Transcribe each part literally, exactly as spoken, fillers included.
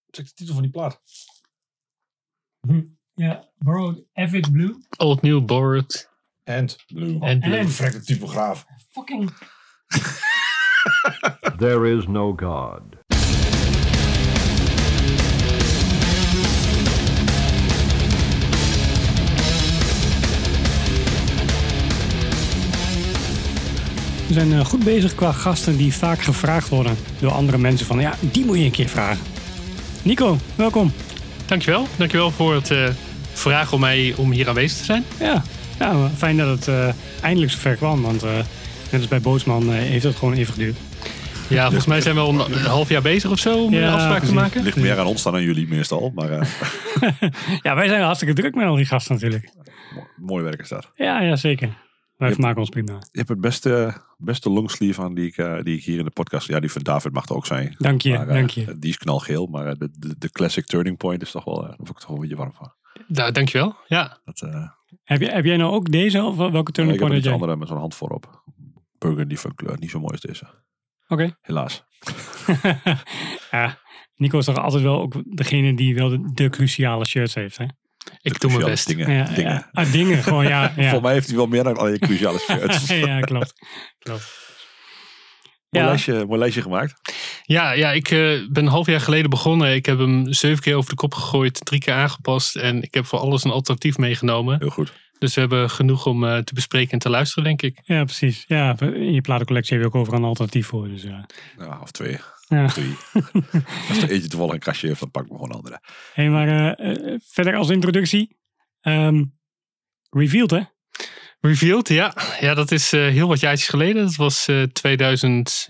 Zeg de titel van die plaat. Ja, Borrowed, Avid Blue. Old New Borrowed. And Blue. And Blue. En verrekte typograaf. Fucking... There is no God. We zijn uh, goed bezig qua gasten die vaak gevraagd worden door andere mensen van ja, die moet je een keer vragen. Nico, welkom. Dankjewel. Dankjewel voor het uh, vragen om mij om hier aanwezig te zijn. Ja, nou, fijn dat het uh, eindelijk zover kwam, want uh, net als bij Bootsman uh, heeft het gewoon even geduurd. Ja, volgens mij zijn we al een, een half jaar bezig of zo om ja, een afspraak precies. te maken. Het ligt meer aan ons dan aan jullie meestal. Maar, uh... ja, wij zijn hartstikke druk met al die gasten natuurlijk. Mooi, mooi werk is dat. Ja, ja zeker. Wij vermaken ons prima. Je hebt het beste, beste longsleeve aan die ik, uh, die ik hier in de podcast... Ja, die van David mag er ook zijn. Dank je, maar, uh, dank je. Die is knalgeel, maar de, de, de classic turning point is toch wel... Uh, daar word ik toch wel een beetje warm van. Nou, dankjewel, ja. Dat, uh... heb, je, heb jij nou ook deze of welke turning ja, point? Ik heb een andere met zo'n hand voorop. Burgundy van kleur, niet zo mooi als deze. Oké. Okay. Helaas. Ja, Nico is toch altijd wel ook degene die wel de, de cruciale shirts heeft, hè? Ik doe mijn best. Dingen. Ja, dingen. Ja. Ah, dingen, gewoon ja. ja. Volgens mij heeft hij wel meer dan alleen cruciale shirts. Ja, klopt. klopt. Mooi, ja. lijstje, mooi lijstje gemaakt. Ja, ja ik uh, ben een half jaar geleden begonnen. Ik heb hem zeven keer over de kop gegooid, drie keer aangepast. En ik heb voor alles een alternatief meegenomen. Heel goed. Dus we hebben genoeg om uh, te bespreken en te luisteren, denk ik. Ja, precies. Ja, in je platencollectie heb je ook overal een alternatief voor. Dus, uh. ja, of twee. Ja. Of drie. Als er eentje toevallig een kastje heeft, dan pak ik me gewoon een andere. Hey, maar uh, verder als introductie. Um, Revealed, hè? Revealed, ja. Ja, dat is uh, heel wat jaartjes geleden. Dat was uh, tweeduizend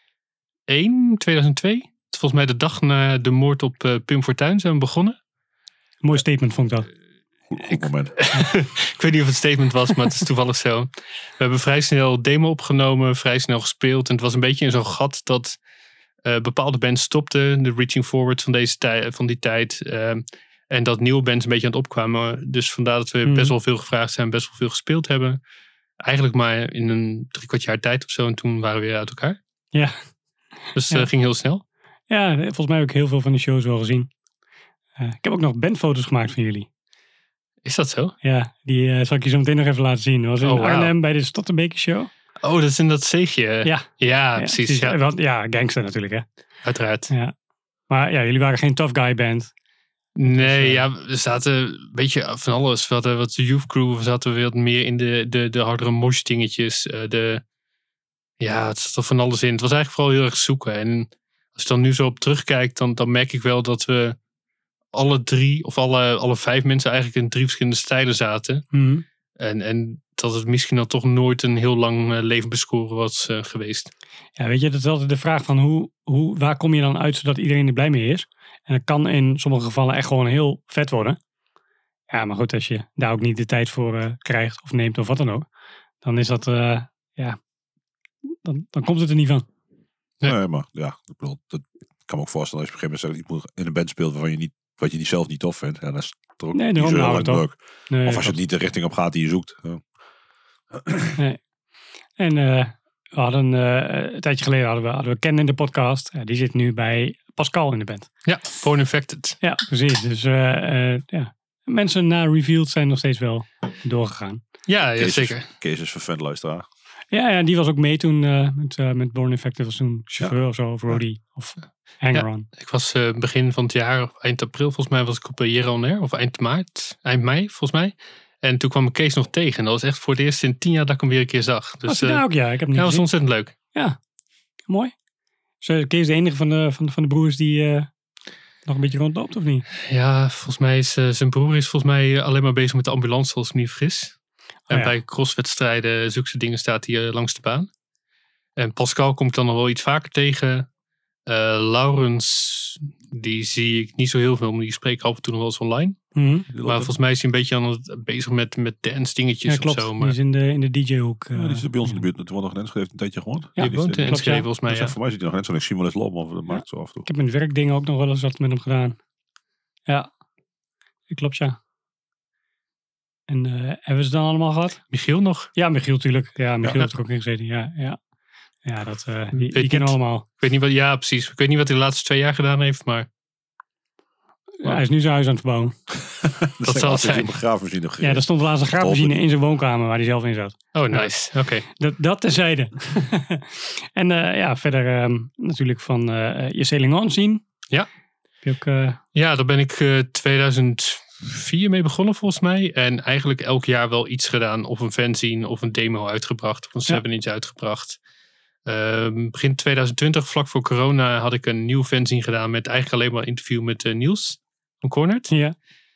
één, tweeduizend twee. Volgens mij de dag na de moord op uh, Pim Fortuyn zijn we begonnen. Mooi statement vond ik dat. Goed, goed moment. Ik weet niet of het statement was, maar het is toevallig zo. We hebben vrij snel demo opgenomen, vrij snel gespeeld. En het was een beetje in zo'n gat dat uh, bepaalde bands stopten. De Reaching Forward van, deze tij- van die tijd. Uh, en dat nieuwe bands een beetje aan het opkwamen. Dus vandaar dat we mm. best wel veel gevraagd zijn, best wel veel gespeeld hebben. Eigenlijk maar in een drie kwart jaar tijd of zo. En toen waren we weer uit elkaar. Ja. Dus het ja. uh, ging heel snel. Ja, volgens mij heb ik heel veel van die shows wel gezien. Uh, ik heb ook nog bandfoto's gemaakt van jullie. Is dat zo? Ja, die uh, zal ik je zo meteen nog even laten zien. Dat was in oh, wow. Arnhem bij de Stottenbeker Show. Oh, dat is in dat zeegje. Ja, ja, ja precies. precies. Ja. Want, ja, gangster natuurlijk, hè. Uiteraard. Ja. Maar ja, jullie waren geen tough guy band. Nee, dus, uh, ja, we zaten een beetje van alles. We hadden wat de youth crew, we zaten weer wat meer in de, de, de hardere mosh dingetjes. Uh, de, ja, het zat er van alles in. Het was eigenlijk vooral heel erg zoeken. En als je dan nu zo op terugkijkt, dan, dan merk ik wel dat we alle drie, of alle, alle vijf mensen eigenlijk in drie verschillende stijlen zaten. Mm-hmm. En, en dat het misschien dan toch nooit een heel lang uh, leven bescoren was uh, geweest. Ja, weet je, dat is altijd de vraag van hoe, hoe, waar kom je dan uit zodat iedereen er blij mee is? En dat kan in sommige gevallen echt gewoon heel vet worden. Ja, maar goed, als je daar ook niet de tijd voor uh, krijgt of neemt of wat dan ook, dan is dat, uh, ja, dan, dan komt het er niet van. Nee, nee maar ja, ik bedoel, dat kan me ook voorstellen als je op een gegeven moment zegt, in een band speelt waarvan je niet, wat je niet zelf niet tof vindt. Ja, dat is toch ook nee, niet zo heel leuk. Nee, of als je het niet de richting op gaat die je zoekt. Ja. Nee. En uh, we hadden uh, een tijdje geleden hadden we, hadden we Ken in de podcast. Uh, die zit nu bij Pascal in de band. Ja, Born Infected. Ja, precies. Dus uh, uh, ja. Mensen na Revealed zijn nog steeds wel doorgegaan. Ja, ja Kees zeker. Is, Kees is vervent luisteraar. Ja, ja, die was ook mee toen uh, met, uh, met Born Infected. Was toen chauffeur ja. of zo, of roadie, ja. of hanger-on. Ja, ik was uh, begin van het jaar, eind april volgens mij, was ik op uh, Jera On Air. Of eind maart, eind mei volgens mij. En toen kwam ik Kees nog tegen. En dat was echt voor het eerst in tien jaar dat ik hem weer een keer zag. Dus, was hij daar ook, ja. Ik heb hem niet ja, dat was gezien. ontzettend leuk. Ja, mooi. Dus Kees de enige van de, van, van de broers die uh, nog een beetje rondloopt, of niet? Ja, volgens mij is uh, zijn broer is volgens mij alleen maar bezig met de ambulance, als ik me niet vergis. En oh, ja. bij crosswedstrijden, zulke dingen staat hij uh, langs de baan. En Pascal kom ik dan nog wel iets vaker tegen. Uh, Laurens, die zie ik niet zo heel veel, maar die spreek ik af en toe nog wel eens online. Mm-hmm. Maar volgens mij is hij een beetje aan het, bezig met, met dance dingetjes ja, klopt. of zo. Maar die is in de, in de D J-hoek. Uh, ja, die is bij ons in de buurt. Toen nog een Enschede heeft een tijdje gewoond. Ja, die woont in Enschede volgens mij. Dus ja. Voor mij zit hij nog net zo'n ik zie wel eens lopen, of dat ja. maakt zo af en toe. Ik heb mijn werkdingen ook nog wel eens wat met hem gedaan. Ja, klopt ja. En uh, hebben we ze dan allemaal gehad? Michiel nog? Ja, Michiel natuurlijk. Ja, Michiel ja. heeft er ook in gezeten. Ja, ja. Ja, dat, uh, die, die kennen we allemaal. Ik weet niet wat, ja, precies. Ik weet niet wat hij de laatste twee jaar gedaan heeft, maar... hij is nu zijn huis aan het verbouwen. dat zal het zijn. Een graafmachine Ja, er stond laatst een graafmachine in zijn woonkamer waar hij zelf in zat. Oh, nice. Oké. Dat, dat terzijde. en uh, ja, verder um, natuurlijk van uh, je Sailing On zien. Ja. Heb je ook, uh... Ja, daar ben ik uh, tweeduizend vier mee begonnen volgens mij. En eigenlijk elk jaar wel iets gedaan. Of een fanzine of een demo uitgebracht. Of een seven inch ja. uitgebracht. Uh, begin tweeduizend twintig, vlak voor corona, had ik een nieuw fanzine gedaan. Met eigenlijk alleen maar een interview met uh, Niels van Cornered. Ja.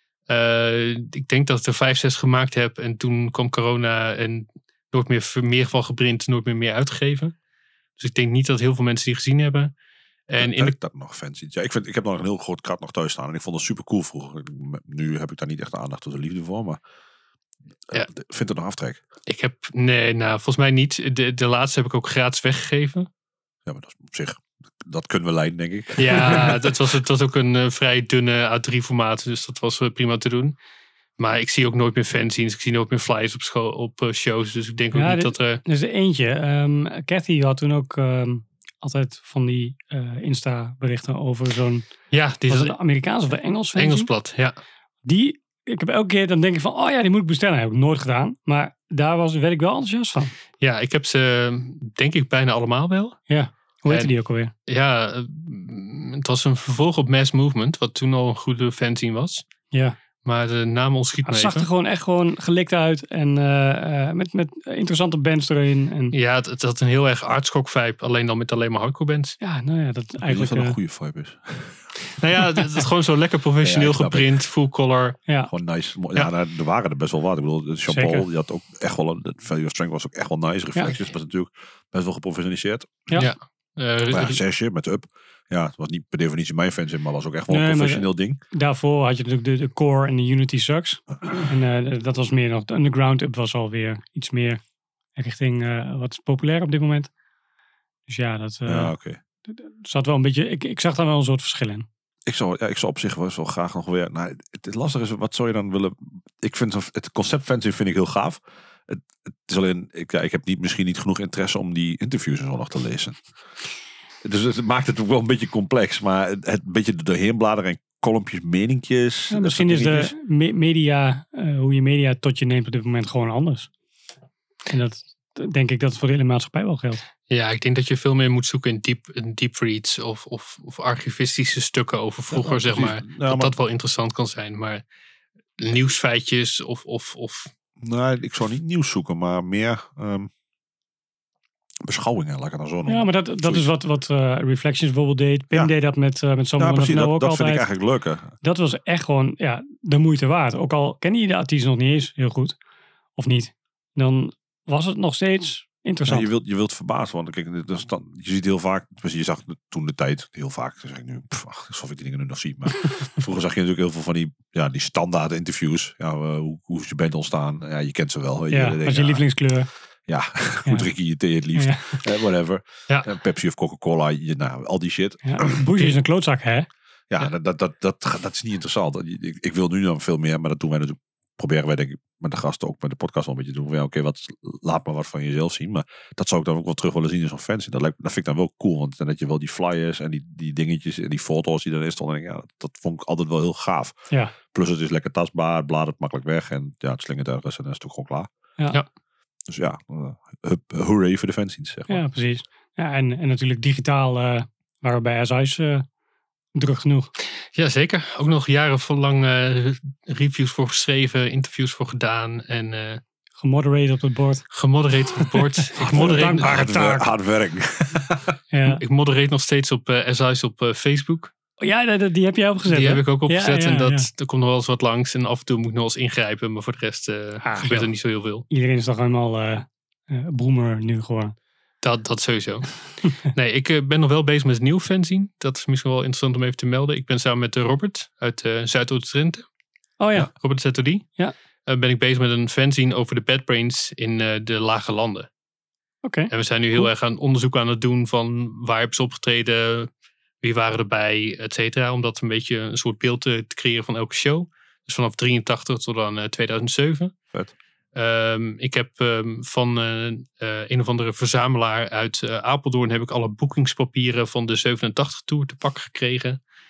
Uh, ik denk dat ik er vijf, zes gemaakt heb. En toen kwam corona en nooit meer, meer van geprint. Nooit meer meer uitgegeven. Dus ik denk niet dat heel veel mensen die gezien hebben. En ja, in de... dat nog fancy. Ja, ik, vind, ik heb nog een heel groot krat nog thuis staan. En ik vond het super cool vroeger. Nu heb ik daar niet echt de aandacht of de liefde voor. Maar ja. uh, vind het nog aftrek. Ik heb, nee, nou volgens mij niet. De, de laatste heb ik ook gratis weggegeven. Ja, maar dat is op zich, dat kunnen we leiden, denk ik. Ja, dat was, het was ook een uh, vrij dunne A drie formaat. Dus dat was uh, prima te doen. Maar ik zie ook nooit meer fanzines. Ik zie nooit meer flyers op, school, op uh, shows. Dus ik denk ook ja, niet dit, dat... Uh... Er is er eentje. Um, Cathy had toen ook... Um... altijd van die uh, Insta-berichten over zo'n... Ja, die was is het Amerikaans of Engels? Engelsblad, ja. Die, ik heb elke keer, dan denk ik van, oh ja, die moet ik bestellen. Heb ik nooit gedaan. Maar daar was, werd ik wel enthousiast van. Ja, ik heb ze, denk ik, bijna allemaal wel. Ja, hoe heette die ook alweer? Ja, het was een vervolg op Mass Movement, wat toen al een goede fanzine was. Ja. Maar de naam ontschiet me even. Het zag er gewoon echt gewoon gelikt uit. En uh, uh, met, met interessante bands erin. En... Ja, het, het had een heel erg artskok vibe. Alleen dan met alleen maar hardcore bands. Ja, nou ja, dat eigenlijk... Dat uh... een goede vibe is. Nou ja, het is gewoon zo lekker professioneel ja, ja, geprint. Het. Full color. Ja. Gewoon nice. Ja, ja. Er waren er best wel wat. Ik bedoel, Jean-Paul, die had ook echt wel... De Value of Strength was ook echt wel nice. Reflections ja. was natuurlijk best wel geprofessionaliseerd. Ja. ja. Uh, maar ja, zesje met Up. Ja, het was niet per definitie mijn fanzin, maar was ook echt wel nee, een professioneel de, ding. Daarvoor had je natuurlijk de, de Core en de Unity Sucks. en uh, dat was meer nog, de Underground Up was alweer iets meer richting uh, wat is populair op dit moment. Dus ja, dat uh, ja, okay. zat wel een beetje, ik, ik zag daar wel een soort verschil in. Ik zou, ja, ik zou op zich wel, wel graag nog weer, nou, het, het lastige is, wat zou je dan willen, ik vind het concept fanzine vind ik heel gaaf. Het, het is alleen, ik, ja, ik heb niet, misschien niet genoeg interesse om die interviews en zo nog te lezen. Dus het maakt het ook wel een beetje complex. Maar het, het een beetje doorheen bladeren en kolompjes, meningjes. Ja, misschien is de me- media, uh, hoe je media tot je neemt op dit moment gewoon anders. En dat denk ik dat het voor de hele maatschappij wel geldt. Ja, ik denk dat je veel meer moet zoeken in deep, in deep reads of, of, of archivistische stukken over vroeger, ja, zeg maar. Ja, dat maar, dat wel interessant kan zijn. Maar nieuwsfeitjes of... of, of... Nee, ik zou niet nieuws zoeken, maar meer... Um... beschouwingen, laat ik het dan zo noemen. Ja, maar dat, dat is wat, wat uh, Reflections bijvoorbeeld deed. Pim ja. deed dat met, uh, met Someone ja, precies, dat, ook dat altijd. Vind ik eigenlijk leuker. Dat was echt gewoon ja, de moeite waard. Ook al ken je de artiest nog niet eens heel goed, of niet, dan was het nog steeds interessant. Ja, je, wilt, je wilt verbazen, want kijk, dus dan, je ziet heel vaak, je zag toen de tijd heel vaak, zeg ik nu, pff, ach, alsof ik die dingen nu nog zie, maar vroeger zag je natuurlijk heel veel van die, ja, die standaard interviews. Ja, uh, hoe, hoe is je band ontstaan? Ja, je kent ze wel. Weet je, ja, wat is je ja, lievelingskleur? Ja, hoe ja. drink je je thee het liefst? Ja. Uh, whatever. Ja. Uh, Pepsi of Coca-Cola, je, nou, al die shit. Ja, Boezie is een klootzak, hè? Ja, ja. Dat, dat, dat, dat, dat is niet interessant. Ik, ik wil nu dan veel meer, maar dat doen wij natuurlijk. Proberen wij denk ik met de gasten ook met de podcast al een beetje te doen. Ja, oké, okay, laat maar wat van jezelf zien. Maar dat zou ik dan ook wel terug willen zien in zo'n fanzine. Dat, lijkt, dat vind ik dan wel cool. Want dan dat je wel die flyers en die, die dingetjes en die foto's die erin stonden. Ja, dat, dat vond ik altijd wel heel gaaf. Ja. Plus het is lekker tastbaar, het bladert makkelijk weg. En ja, het slingert ergens en dan is het ook gewoon klaar. Ja. ja. Dus ja, uh, hooray voor de fanzines, zeg maar. Ja, precies. Ja, en, en natuurlijk digitaal uh, waren we bij S I's uh, druk genoeg. Ja, zeker. Ook nog jarenlang uh, reviews voor geschreven, interviews voor gedaan en... Uh, gemoderate op het bord. Gemoderate op het bord. ik moderate hard, hard, hard werk. ja. Ik moderate nog steeds op uh, S I's op uh, Facebook. Ja, die, die heb jij opgezet. Die hè? heb ik ook opgezet ja, ja, en dat, ja. er komt nog wel eens wat langs. En af en toe moet ik nog eens ingrijpen, maar voor de rest uh, ah, gebeurt er niet zo heel veel. Iedereen is toch helemaal uh, uh, boomer nu geworden. Dat, dat sowieso. nee, ik uh, ben nog wel bezig met het nieuw fanzine. Dat is misschien wel interessant om even te melden. Ik ben samen met uh, Robert uit uh, Zuidoost-Drenthe. Oh ja. ja Robert Z O D. Ja. Uh, ben ik bezig met een fanzine over de Bad Brains in uh, de lage landen. Oké. Okay. En we zijn nu heel cool. erg aan onderzoek aan het doen van waar hebben ze opgetreden, wie waren erbij, et cetera. Om dat een beetje een soort beeld te, te creëren van elke show. Dus vanaf drieëntachtig tot aan uh, tweeduizend zeven. Vet. Um, ik heb um, van uh, uh, een of andere verzamelaar uit uh, Apeldoorn heb ik alle boekingspapieren van de zevenentachtig tour te pakken gekregen.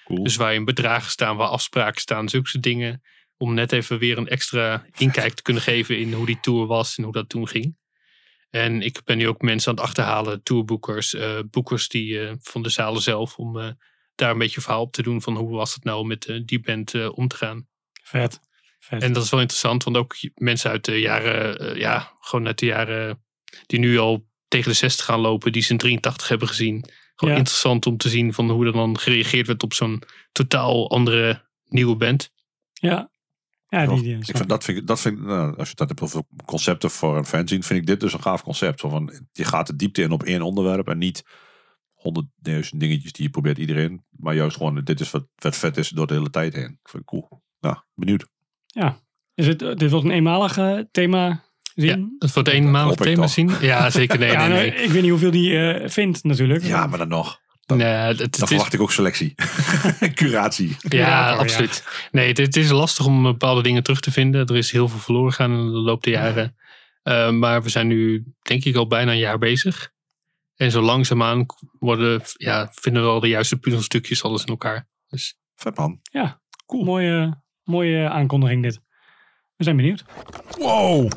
Cool. Dus waarin bedragen staan, waar afspraken staan, zulke soort dingen. Om net even weer een extra inkijk te kunnen geven in hoe die tour was en hoe dat toen ging. En ik ben nu ook mensen aan het achterhalen, tourboekers, uh, boekers die uh, van de zalen zelf, om uh, daar een beetje verhaal op te doen van hoe was het nou met uh, die band uh, om te gaan. Vet. Vet. En dat is wel interessant, want ook mensen uit de jaren, uh, ja, gewoon uit de jaren die nu al tegen de zestig gaan lopen, die ze in drieëntachtig hebben gezien. Gewoon Ja. interessant om te zien van hoe er dan gereageerd werd op zo'n totaal andere nieuwe band. Ja. Ja, die, die, ik vind, dat vind ik, dat vind ik nou, als je dat hebt over concepten voor een fanzine, vind ik dit dus een gaaf concept. Zo van, je gaat de diepte in op één onderwerp en niet honderdduizend dingetjes die je probeert iedereen. Maar juist gewoon, dit is wat, wat vet is door de hele tijd heen. Ik vind het cool. Nou, benieuwd. Ja. Is het, dit wordt een eenmalig uh, thema zien? Ja, het wordt een eenmalig hoop ik thema toch. zien. Ja, zeker. Nee, Ja, nee, nou, nee. ik weet niet hoeveel die uh, vindt natuurlijk. Ja, maar dan nog. Dan, nee het, het dan is, verwacht ik ook selectie. Curatie. ja, Curator, absoluut. Nee, het, het is lastig om bepaalde dingen terug te vinden. Er is heel veel verloren gegaan in de loop der jaren. Uh, maar we zijn nu, denk ik, al bijna een jaar bezig. En zo langzaamaan worden, ja, vinden we al de juiste puzzelstukjes alles in elkaar. Dus Vet man. Ja, cool. Mooie, mooie aankondiging dit. We zijn benieuwd. Wow!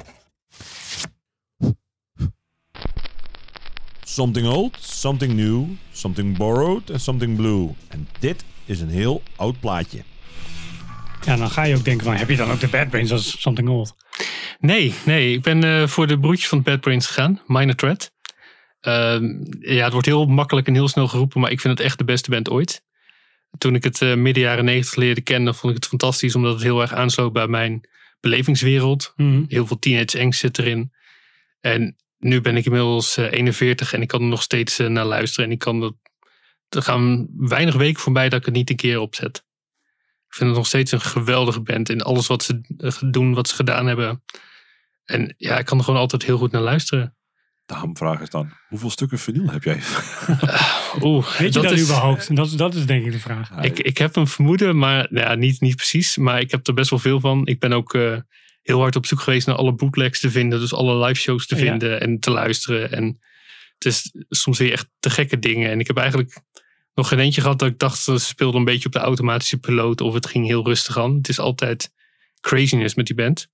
Something old, something new, something borrowed en something blue. En dit is een heel oud plaatje. Ja, dan ga je ook denken van, heb je dan ook de Bad Brains als Something Old? Nee, nee. Ik ben uh, voor de broertjes van Bad Brains gegaan. Minor Threat. Uh, ja, het wordt heel makkelijk en heel snel geroepen, maar ik vind het echt de beste band ooit. Toen ik het uh, midden jaren negentig leerde kennen, vond ik het fantastisch, omdat het heel erg aansloot bij mijn belevingswereld. Mm-hmm. Heel veel teenage angst zit erin. En nu ben ik inmiddels uh, eenenveertig en ik kan er nog steeds uh, naar luisteren. En ik kan dat, er gaan weinig weken voorbij dat ik het niet een keer opzet. Ik vind het nog steeds een geweldige band in alles wat ze uh, doen, wat ze gedaan hebben. En ja, ik kan er gewoon altijd heel goed naar luisteren. De hamvraag is dan, hoeveel stukken vinyl heb jij? Oeh, Weet je dat, is, überhaupt? Dat, dat is denk ik de vraag. Ja, Ik, ik heb een vermoeden, maar ja, niet, niet precies. Maar ik heb er best wel veel van. Ik ben ook uh, heel hard op zoek geweest naar alle bootlegs te vinden. Dus alle live shows te Ja. vinden en te luisteren. En het is soms weer echt te gekke dingen. En ik heb eigenlijk nog geen eentje gehad dat ik dacht, ze speelden een beetje op de automatische piloot. Of het ging heel rustig aan. Het is altijd craziness met die band.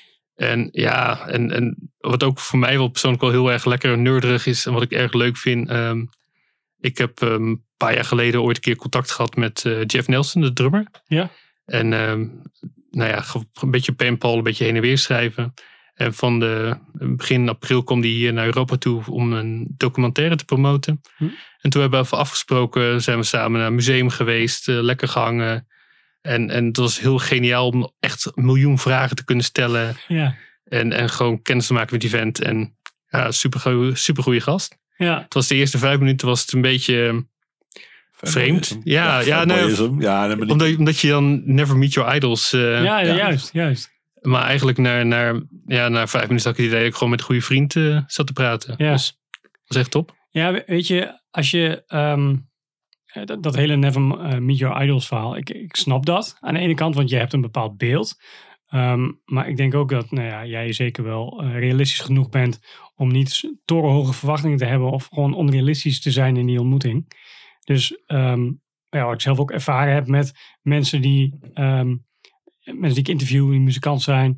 En ja, en, en wat ook voor mij wel persoonlijk wel heel erg lekker nerderig is. En wat ik erg leuk vind. Um, ik heb um, een paar jaar geleden ooit een keer contact gehad met uh, Jeff Nelson, de drummer. Ja. En um, nou ja, een beetje penpal, een beetje heen en weer schrijven. En van de begin april kwam hij hier naar Europa toe om een documentaire te promoten. Hm. En toen hebben we even afgesproken, zijn we samen naar een museum geweest, uh, lekker gehangen. En, en het was heel geniaal om echt een miljoen vragen te kunnen stellen. Ja. En, en gewoon kennis te maken met die vent. En ja, super goeie, super goeie gast. Ja. Het was de eerste vijf minuten was het een beetje vreemd. Fanboyism. Ja, ja, nee, fanboyism. ja nee, maar niet- omdat, je- omdat je dan Never Meet Your Idols. Uh, Ja, ja. juist, juist. Maar eigenlijk naar, naar, ja, na vijf minuten had ik het idee dat ik gewoon met een goede vriend uh, zat te praten. Ja. Dus dat was echt top. Ja, we- weet je, als je um, dat, dat hele Never uh, Meet Your Idols verhaal, ik, ik snap dat aan de ene kant, want je hebt een bepaald beeld. Um, maar ik denk ook dat nou ja, jij zeker wel uh, realistisch genoeg bent om niet torenhoge verwachtingen te hebben of gewoon onrealistisch te zijn in die ontmoeting. Dus um, ja, wat ik zelf ook ervaren heb met mensen die, um, mensen die ik interview, die muzikant zijn.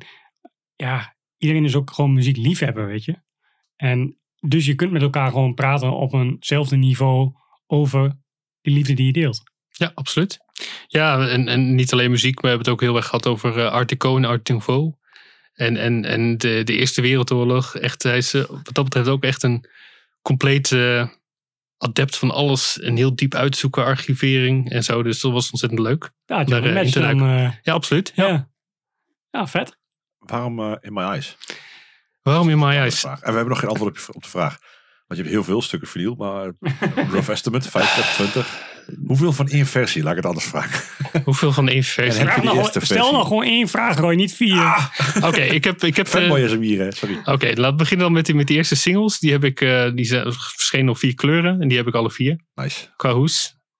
Ja, iedereen is ook gewoon muziekliefhebber, weet je. En dus je kunt met elkaar gewoon praten op eenzelfde niveau over die liefde die je deelt. Ja, absoluut. Ja, en, en niet alleen muziek, maar we hebben het ook heel erg gehad over uh, Art Deco en Art Nouveau. En, en, en de, de Eerste Wereldoorlog. Echt, hij is uh, wat dat betreft ook echt een compleet uh, adept van alles. En heel diep uitzoeken, archivering en zo. Dus dat was ontzettend leuk. Ja, had je Daar, ook een uh, match in te dan. Uh, Ja, absoluut. Ja. ja. ja, vet. Waarom uh, In My Eyes? Waarom in My Dat is Eyes? de vraag. En we hebben nog geen antwoord op, je- op de vraag. Want je hebt heel veel stukken vinyl, maar rough estimate, vijftig, twintig. Hoeveel van één versie? Laat ik het anders vragen. Hoeveel van één versie? En heb je Vraag die nou, eerste stel versie? nou gewoon één vraag, Roy, niet vier. Ah, Oké, ik heb... Ik heb uh, fanboyism hier, hè? Sorry. Oké, okay, laten we beginnen dan met die, met die eerste singles. Die heb ik, uh, die zijn verschenen op vier kleuren. En die heb ik alle vier. Nice. Qua hoes.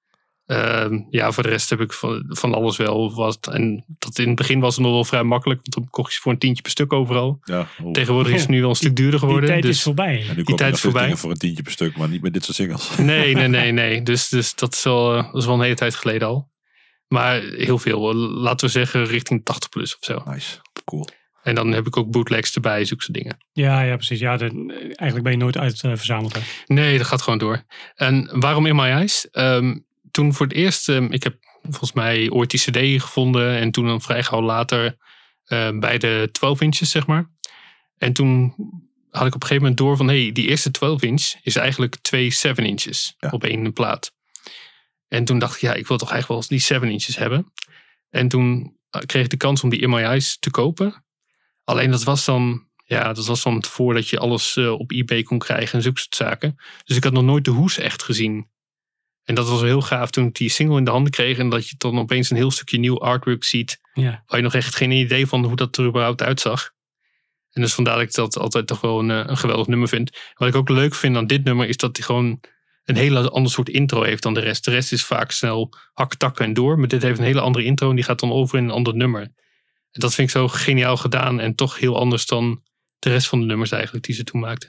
Uh, ja, voor de rest heb ik van, van alles wel wat. En dat in het begin was het nog wel vrij makkelijk. Want dan kocht je voor een tientje per stuk overal. Ja, Tegenwoordig is het nu wel een stuk duurder geworden. Die tijd dus, is voorbij. En nu die tijd is voorbij. voor een tientje per stuk, maar niet met dit soort singles. Nee, nee, nee, nee. Dus, dus dat, is wel, dat is wel een hele tijd geleden al. Maar heel veel. Laten we zeggen richting tachtig plus of zo. Nice, cool. En dan heb ik ook bootlegs erbij, zulke soort dingen. Ja, ja precies. Ja, de, eigenlijk ben je nooit uit uh, verzameld. Hè? Nee, dat gaat gewoon door. En waarom In My Eyes? Um, toen voor het eerst, um, ik heb volgens mij ooit die cd gevonden. En toen dan vrij gauw later uh, bij de twaalf inches, zeg maar. En toen had ik op een gegeven moment door van... hé, hey, die eerste twaalf inch is eigenlijk twee zeven inches ja. op één plaat. En toen dacht ik, ja, ik wil toch eigenlijk wel die zeven inches hebben. En toen kreeg ik de kans om die In My Eyes te kopen. Alleen dat was dan... Ja, dat was dan voordat je alles uh, op eBay kon krijgen en zulke soort zaken. Dus ik had nog nooit de hoes echt gezien. En dat was heel gaaf toen ik die single in de handen kreeg. En dat je dan opeens een heel stukje nieuw artwork ziet. Ja. Waar je nog echt geen idee van hoe dat er überhaupt uitzag. En dus vandaar dat ik dat altijd toch wel een, een geweldig nummer vind. Wat ik ook leuk vind aan dit nummer is dat hij gewoon een hele ander soort intro heeft dan de rest. De rest is vaak snel hakken, takken en door. Maar dit heeft een hele andere intro en die gaat dan over in een ander nummer. En dat vind ik zo geniaal gedaan. En toch heel anders dan de rest van de nummers eigenlijk die ze toen maakten.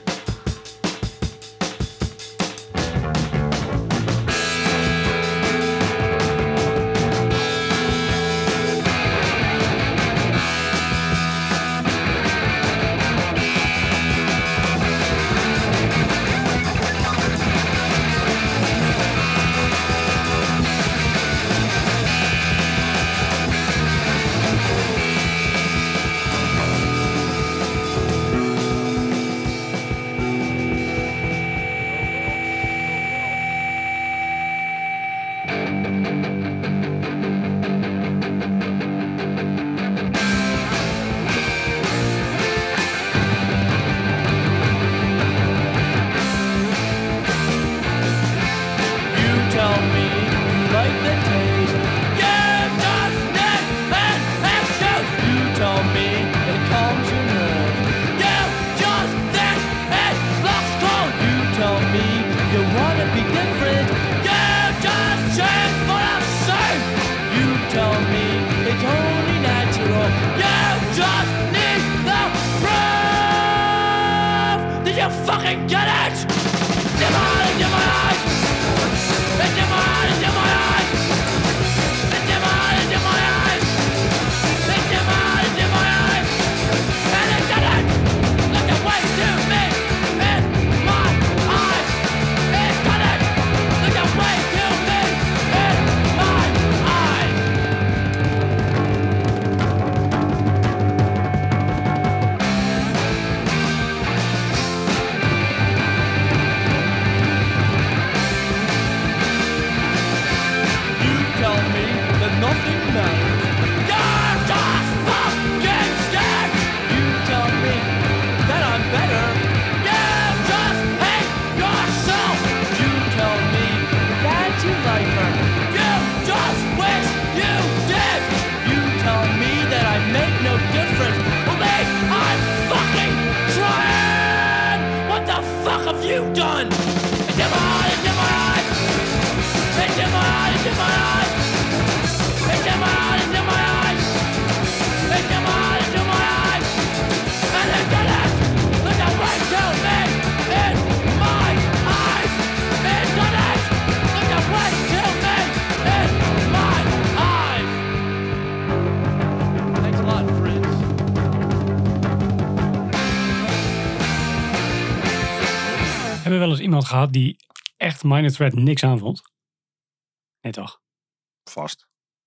Hebben we wel eens iemand gehad die echt Minor Threat niks aanvond? Nee toch? Vast.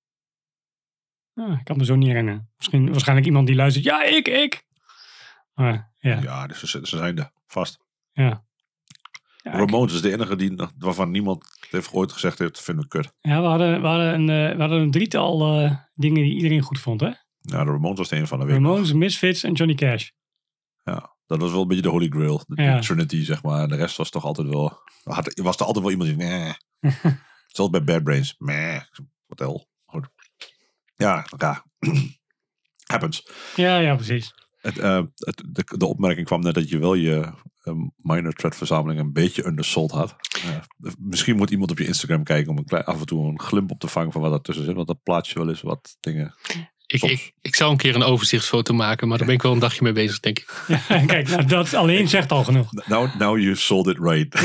Ah, ik kan me zo niet herinneren. Misschien waarschijnlijk iemand die luistert. Ja, ik, ik. Maar, ja. Ja, dus ze, ze zijn er. Vast. Ja. Ja, Ramones is de enige die, waarvan niemand heeft ooit gezegd heeft, vinden we kut. Ja, we hadden, we hadden, een, uh, we hadden een drietal uh, dingen die iedereen goed vond, hè? Ja, de Ramones was de een van de week. Ramones, Misfits en Johnny Cash. Ja, dat was wel een beetje de Holy Grail. De ja. Trinity, zeg maar. De rest was toch altijd wel... Had, was er altijd wel iemand die... Nee. Zelfs bij Bad Brains. Meh. Wat hel. Goed. Ja, ja. Happens. Ja, ja, precies. Het, uh, het, de, de opmerking kwam net dat je wel je um, minor threat verzameling een beetje undersold had. Uh, misschien moet iemand op je Instagram kijken om een klein, af en toe een glimp op te vangen van wat er tussen zit. Want dat plaatst je wel eens wat dingen. Ik, ik, ik zou een keer een overzichtsfoto maken, maar daar ben ik wel een dagje mee bezig, denk ik. Ja, kijk, nou, dat alleen zegt al genoeg. Now, now you sold it right.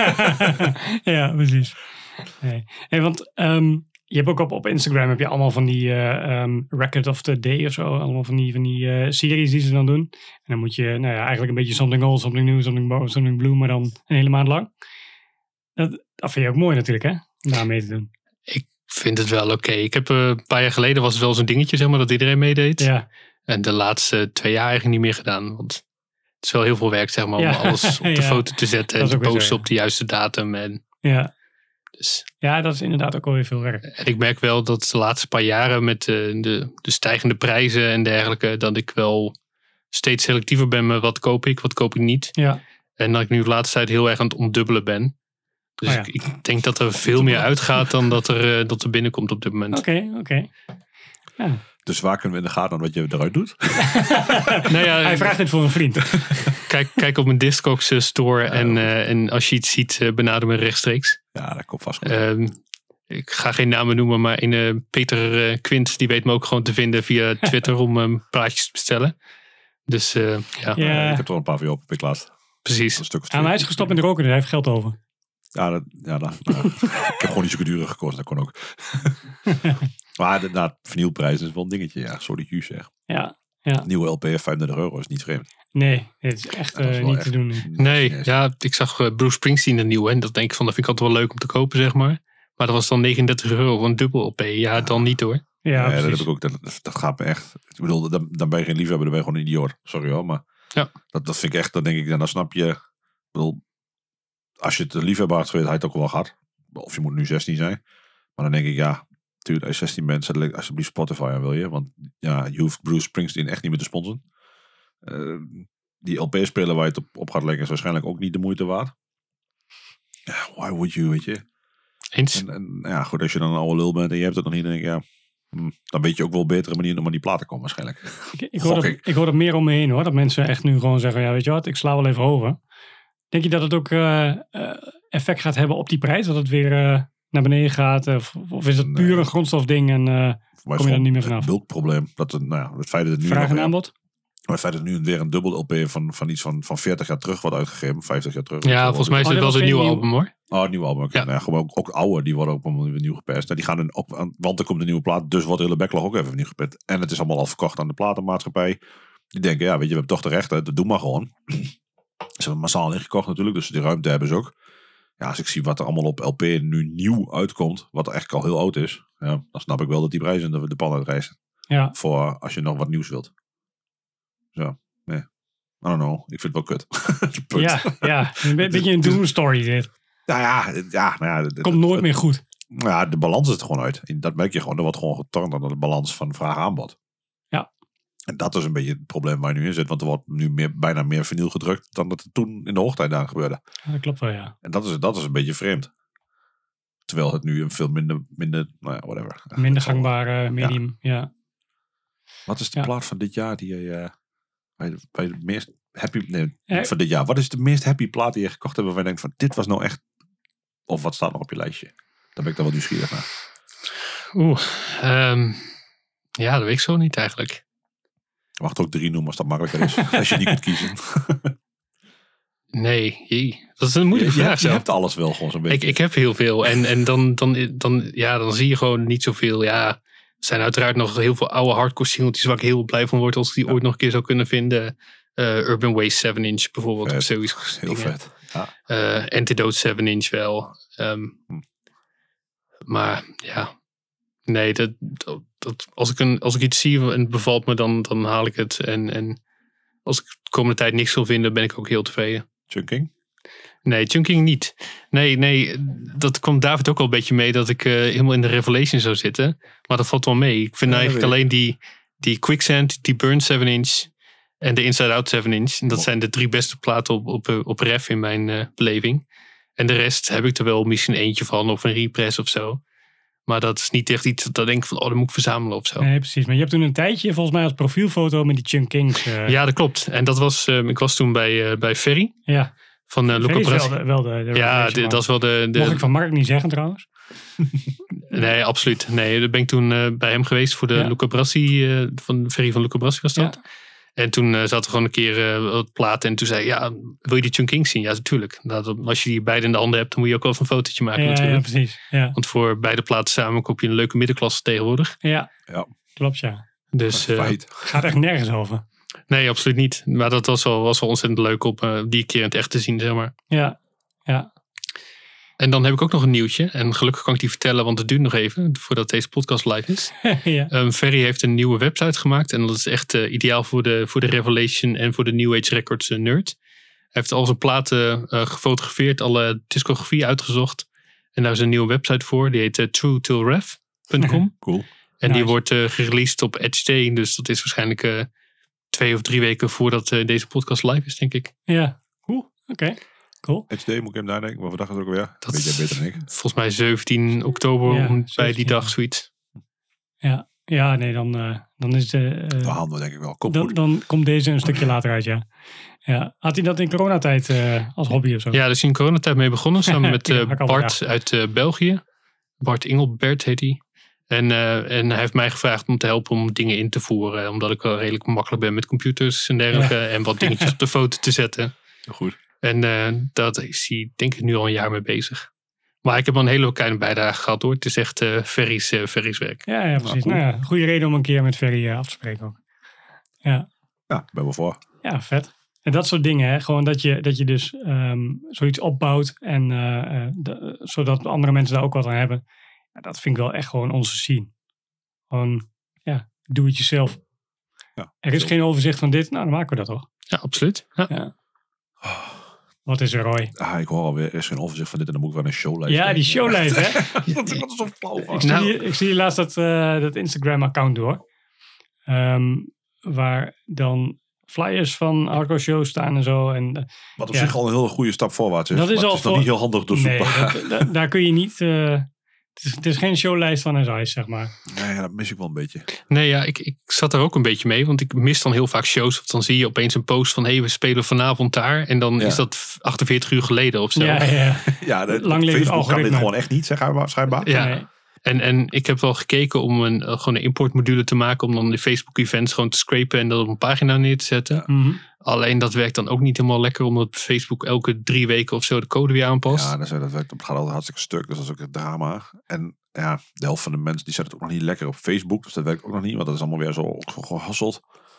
Ja, precies. Nee. Nee, want um, je hebt ook op, op Instagram heb je allemaal van die uh, um, Record of the Day of zo. Allemaal van die, van die uh, series die ze dan doen. En dan moet je nou ja, eigenlijk een beetje something old, something new, something borrowed, something blue, maar dan een hele maand lang. Dat, dat vind je ook mooi natuurlijk, hè? Om daar mee te doen. Ik vind het wel oké. Okay. Ik heb uh, een paar jaar geleden was het wel zo'n dingetje, zeg maar, dat iedereen meedeed. Ja. En de laatste twee jaar eigenlijk niet meer gedaan. Want het is wel heel veel werk, zeg maar, om ja. alles op de ja. foto te zetten. En te posten zo, ja. op de juiste datum. En ja. Dus, ja, dat is inderdaad ook alweer veel werk. En ik merk wel dat de laatste paar jaren met de, de, de stijgende prijzen en dergelijke, dat ik wel steeds selectiever ben met wat koop ik, wat koop ik niet. Ja. En dat ik nu de laatste tijd heel erg aan het ontdubbelen ben. Dus oh ja. ik, ik denk dat er veel meer uitgaat dan dat er, uh, dat er binnenkomt op dit moment. Oké, okay, oké. Okay. Ja. Dus waar kunnen we in de gaten aan wat je eruit doet? nou ja, Hij vraagt dit voor een vriend. kijk, kijk op mijn Discogs uh, store ja, en, uh, en als je iets ziet, uh, benader me rechtstreeks. Ja, dat komt vast goed. Uh, ik ga geen namen noemen, maar in, uh, Peter uh, Quint, die weet me ook gewoon te vinden via Twitter om um, plaatjes te bestellen. Dus uh, ja. ja. Ik heb er wel een paar van je op, heb ik laatst. Precies. Een stuk of ja, maar hij is gestopt met roken, dus hij heeft geld over. Ja, dat, ja dat, nou, ik heb gewoon niet zo duur gekost, dat kon ook. Maar de, nou, vinylprijs is wel een dingetje, ja. Sorry dat je zeg. Ja, ja. Nieuwe L P vijfendertig euro is niet vreemd. Nee, het is echt uh, is niet echt, te doen. Nee, nee ja, ik zag uh, Bruce Springsteen een nieuwe en dat denk ik van, dat vind ik altijd wel leuk om te kopen, zeg maar. Maar dat was dan negenendertig euro voor een dubbel L P. Ja, ja. Dan niet hoor. Ja, nee, dat heb ik ook. Dat, dat gaat me echt. Ik bedoel, dan, dan ben je geen liefhebber, dan ben je gewoon een idioot. Sorry hoor, maar ja. dat, dat vind ik echt. Dan denk ik, dan snap je. Ik bedoel, als je het een liefhebber had geweest, had je het ook wel gehad. Of je moet nu zestien zijn. Maar dan denk ik, ja, tuurlijk, als je zestien bent, zet alsjeblieft Spotify aan, wil je. Want ja, je hoeft Bruce Springsteen echt niet meer te sponsoren. Uh, die L P-speler waar je het op, op gaat leggen is waarschijnlijk ook niet de moeite waard. Ja, why would you, weet je. Eens. En, en ja, goed, als je dan een oude lul bent en je hebt het nog niet, dan denk ik, ja, hm, dan weet je ook wel betere manieren om aan die platen te komen waarschijnlijk. Ik, ik, hoor dat, ik hoor dat meer om me heen hoor, dat mensen echt nu gewoon zeggen, ja weet je wat, ik sla wel even over. Denk je dat het ook uh, uh, effect gaat hebben op die prijs, dat het weer uh, naar beneden gaat? Of, of is het puur nee. een grondstofding en uh, kom je er niet meer vanaf? Het bulkprobleem, dat het, nou ja, het feit dat het nu vraag en aanbod? Maar het feit dat nu weer een dubbel L P van, van iets van, van veertig jaar terug wordt uitgegeven, vijftig jaar terug. Ja, volgens mij is het oh, wel een nieuw album hoor. Oh, een nieuw album. Okay. Ja. Nou ja, gewoon ook, ook oude, die worden ook weer nieuw geperst. Nou, die gaan een, op, want er komt een nieuwe plaat, dus wordt de hele backlog ook even nieuw geperst. En het is allemaal al verkocht aan de platenmaatschappij. Die denken, ja, weet je, we hebben toch de rechten, dat doen maar gewoon. Ze hebben massaal ingekocht natuurlijk, dus die ruimte hebben ze ook. Ja, als ik zie wat er allemaal op L P nu nieuw uitkomt, wat eigenlijk al heel oud is, ja, dan snap ik wel dat die prijzen de, de pan uitreizen. Ja. Voor als je nog wat nieuws wilt. Zo, nee. I don't know. Ik vind het wel kut. ja, ja, een beetje een doom story dit. Nou ja, ja, nou ja. Het komt nooit het, meer goed. Ja, de balans is er gewoon uit. Dat merk je gewoon. Er wordt gewoon getornd aan de balans van vraag-aanbod. Ja. En dat is een beetje het probleem waar je nu in zit. Want er wordt nu meer, bijna meer vinyl gedrukt dan dat er toen in de hoogtijd aan gebeurde. Ja, dat klopt wel, ja. En dat is, dat is een beetje vreemd. Terwijl het nu een veel minder, minder nou ja, whatever. Minder gangbare medium, ja. ja. Wat is de ja. plaat van dit jaar die je... Uh, bij, bij de meest happy... Nee, eh, van dit jaar. Wat is de meest happy plaat die je gekocht hebt waarvan je denkt van... Dit was nou echt... Of wat staat nog op je lijstje? Daar ben ik dan wel nieuwsgierig naar. Oeh. Um, ja, dat weet ik zo niet eigenlijk. Wacht ook drie noemen als dat makkelijker is. Als je niet kunt kiezen. Nee, jee. Dat is een moeilijke je, vraag. Je, je hebt alles wel gewoon zo'n beetje. Ik, ik heb heel veel. En, en dan, dan, dan, ja, dan zie je gewoon niet zoveel. Ja, er zijn uiteraard nog heel veel oude hardcore singeltjes waar ik heel blij van word als ik die ja. ooit nog een keer zou kunnen vinden. Uh, Urban Waste seven inch bijvoorbeeld. Vet. Of zoiets. Heel vet. Ja. Uh, Antidote seven inch wel. Um, hm. Maar ja, nee, dat, dat, dat, als, ik een, als ik iets zie en het bevalt me, dan, dan haal ik het. En, en als ik de komende tijd niks wil vinden, ben ik ook heel tevreden. Chunking? Nee, chunking niet. Nee, nee, dat komt David ook al een beetje mee dat ik uh, helemaal in de Revelation zou zitten. Maar dat valt wel mee. Ik vind ja, eigenlijk alleen die, die Quicksand, die Burn seven inch en de Inside Out seven inch. En dat oh. zijn de drie beste platen op, op, op ref in mijn uh, beleving. En de rest heb ik er wel misschien eentje van of een repress of zo. Maar dat is niet echt iets dat ik denk van, oh, dat moet ik verzamelen of zo. Nee, precies. Maar je hebt toen een tijdje volgens mij als profielfoto met die Chunk Kings. Uh... Ja, dat klopt. En dat was, uh, ik was toen bij, uh, bij Ferry. Ja. Van uh, Luca Brasi. Wel de, wel de, de ja, de, dat is wel de... de Mocht ik van Mark niet zeggen trouwens. Nee, absoluut. Nee, daar ben ik toen uh, bij hem geweest voor de ja. Luca Brasi. Uh, van de Ferry van Luca Brasi was dat. Ja. En toen uh, zaten we gewoon een keer uh, wat platen. En toen zei ja, wil je die Chunk Kings zien? Ja, natuurlijk. Nou, als je die beide in de handen hebt, dan moet je ook wel even een fotootje maken ja, natuurlijk. Ja, precies. Ja. Want voor beide platen samen koop je een leuke middenklasse tegenwoordig. Ja, ja. klopt ja. Dus uh, gaat echt nergens over. Nee, absoluut niet. Maar dat was wel, was wel ontzettend leuk om uh, die keer in het echt te zien, zeg maar. Ja, ja. En dan heb ik ook nog een nieuwtje. En gelukkig kan ik die vertellen, want het duurt nog even voordat deze podcast live is. ja. um, Ferry heeft een nieuwe website gemaakt. En dat is echt uh, ideaal voor de, voor de Revelation en voor de New Age Records uh, nerd. Hij heeft al zijn platen uh, gefotografeerd, alle discografie uitgezocht. En daar is een nieuwe website voor. Die heet uh, true till rev punt com. Cool. En nice. die wordt uh, gereleased op Edge Day. Dus dat is waarschijnlijk uh, twee of drie weken voordat uh, deze podcast live is, denk ik. Ja, cool. Oké. Okay. Cool. H D moet ik hem nadenken. Wat voor dag is het ook weer? Dat weet jij beter dan ik. Volgens mij zeventien oktober ja, bij zeventien, die dag zoiets. Ja, ja nee, dan, uh, dan is de... Uh, dat handen we denk ik wel. Kom dan, goed. dan komt deze een stukje later uit, ja. ja. Had hij dat in coronatijd uh, als hobby of zo? Ja, daar is hij in coronatijd mee begonnen. Samen met uh, ja, Bart ja. uit uh, België. Bart Engelbert heet hij. En, uh, en hij heeft mij gevraagd om te helpen om dingen in te voeren. Omdat ik wel redelijk makkelijk ben met computers en dergelijke. Ja. En wat dingetjes op de foto te zetten. Goed. En uh, daar is hij denk ik nu al een jaar mee bezig. Maar ik heb al een hele kleine bijdrage gehad hoor. Het is echt uh, Ferry's, uh, Ferry's werk. Ja, ja precies. Nou, cool. nou ja, goede reden om een keer met Ferry uh, af te spreken ook. Ja. Ja, ben wel voor. Ja, vet. En dat soort dingen, hè? Gewoon dat je, dat je dus um, zoiets opbouwt. En uh, uh, de, zodat andere mensen daar ook wat aan hebben. Ja, dat vind ik wel echt gewoon onze scene. Gewoon, ja, doe het jezelf. Ja, er is zo. Geen overzicht van dit. Nou, dan maken we dat toch. Ja, absoluut. Ja. Ja. Oh. Wat is er, Roy? Ah, ik hoor alweer, er is geen overzicht van dit en dan moet ik wel een showlijst. Ja, die showlijst, hè? dat is zo flauw. Ik zie, nou. ik zie laatst dat, uh, dat Instagram-account door. Um, waar dan flyers van hardcore shows staan en zo. En, uh, Wat op ja. zich al een hele goede stap voorwaarts is. Dat is maar al het is nog niet heel handig doorzoekbaar. Nee, dat, dat, daar kun je niet... Uh, het, is, het is geen showlijst van S I, zeg maar. Nee, dat mis ik wel een beetje. Nee, ja, ik, ik zat daar ook een beetje mee. Want ik mis dan heel vaak shows. Want dan zie je opeens een post van... hé, hey, we spelen vanavond daar. En dan ja. is dat achtenveertig uur geleden of zo. Ja, ja. ja de, Lang Facebook kan dit gewoon echt niet, zeg maar, schijnbaar. Ja. Nee. En, en ik heb wel gekeken om een, gewoon een importmodule te maken. Om dan de Facebook events gewoon te scrapen. En dat op een pagina neer te zetten. Ja. Mm-hmm. Alleen dat werkt dan ook niet helemaal lekker. Omdat Facebook elke drie weken of zo de code weer aanpast. Ja, dat, dat, werkt, dat gaat altijd hartstikke stuk. Dus dat is ook het drama. En ja, de helft van de mensen die zetten het ook nog niet lekker op Facebook. Dus dat werkt ook nog niet. Want dat is allemaal weer zo gehasseld.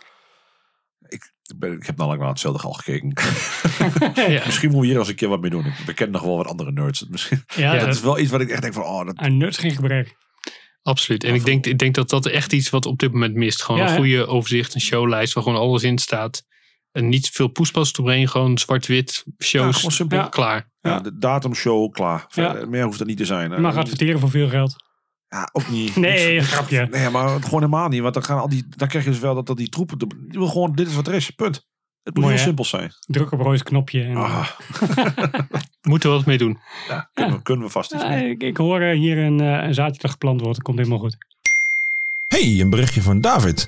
Ik, ben, ik heb namelijk naar hetzelfde al gekeken. ja. Misschien moet we hier eens een keer wat mee doen. We kennen nog wel wat andere nerds. Misschien. Ja, dat, dat is wel iets wat ik echt denk van... Oh, dat... Aan nerds geen gebrek. Absoluut. En ik denk, ik denk dat dat echt iets wat op dit moment mist. Gewoon ja, een goede overzicht, een showlijst waar gewoon alles in staat. En niet veel poespas doorheen. Gewoon zwart-wit shows. Ja, gewoon simpel. Ja. Klaar. Ja, de datumshow klaar. Ja. Meer hoeft dat niet te zijn. Je mag adverteren voor veel geld. Ja, ook niet. Nee, een grapje. Nee, maar gewoon helemaal niet. Want dan gaan al die, dan krijg je dus wel dat, dat die troepen... Je wil gewoon, dit is wat er is. Punt. Het moet Mooi, heel hè? simpel zijn. Druk op Roy's knopje. En ah. Moeten we wat mee doen. Ja, kunnen, ja. We, kunnen we vast iets ja, mee. Ik, ik hoor hier een, een zaadje dat geplant wordt. Dat komt helemaal goed. Hey, een berichtje van David.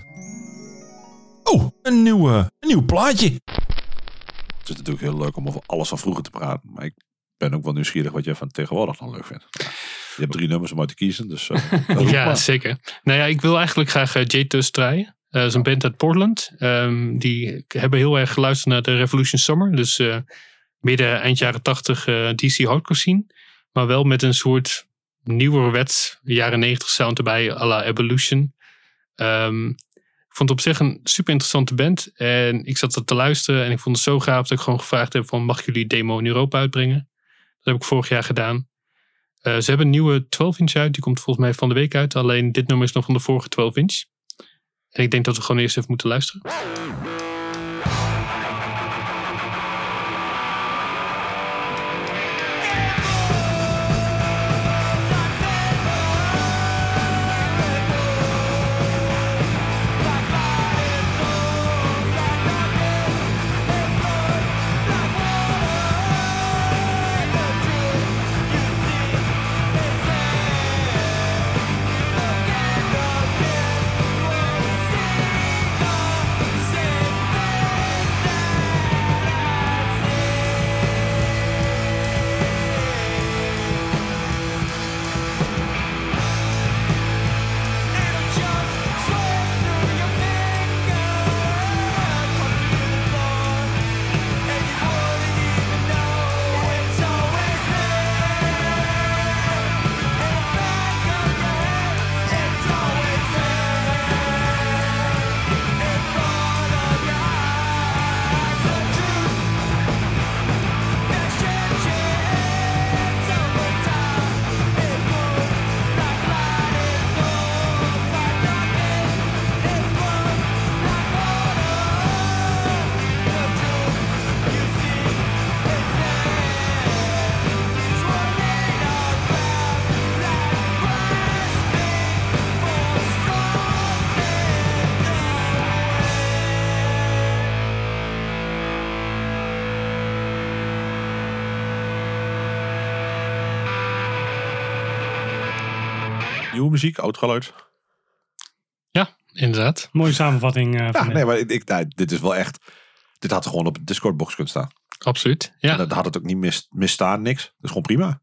Oh, een nieuw, uh, een nieuw plaatje. Het is natuurlijk heel leuk om over alles van vroeger te praten. Maar ik ben ook wel nieuwsgierig wat jij van tegenwoordig nog leuk vindt. Ja. Je hebt drie nummers om uit te kiezen. Dus, uh, ja, maar. zeker. Nou ja, ik wil eigenlijk graag uh, J-Tuss draaien. Uh, dat is een band uit Portland. Um, die hebben heel erg geluisterd naar de Revolution Summer. Dus uh, midden eind jaren tachtig uh, D C hardcore scene. Maar wel met een soort nieuwerwets jaren negentig sound erbij. À la Evolution. Um, ik vond het op zich een super interessante band. En ik zat dat te luisteren. En ik vond het zo gaaf dat ik gewoon gevraagd heb van... mag jullie demo in Europa uitbrengen? Dat heb ik vorig jaar gedaan. Uh, ze hebben een nieuwe twaalf inch uit. Die komt volgens mij van de week uit. Alleen dit nummer is nog van de vorige twaalf inch. En ik denk dat we gewoon eerst even moeten luisteren. Nieuwe muziek, oud geluid. Inderdaad. Mooie samenvatting. Uh, Ja, van nee, maar ik, ik, nou, dit is wel echt... Dit had gewoon op de Discord-box kunnen staan. Absoluut. Ja. En dan had het ook niet mis, misstaan, niks. Dat is gewoon prima.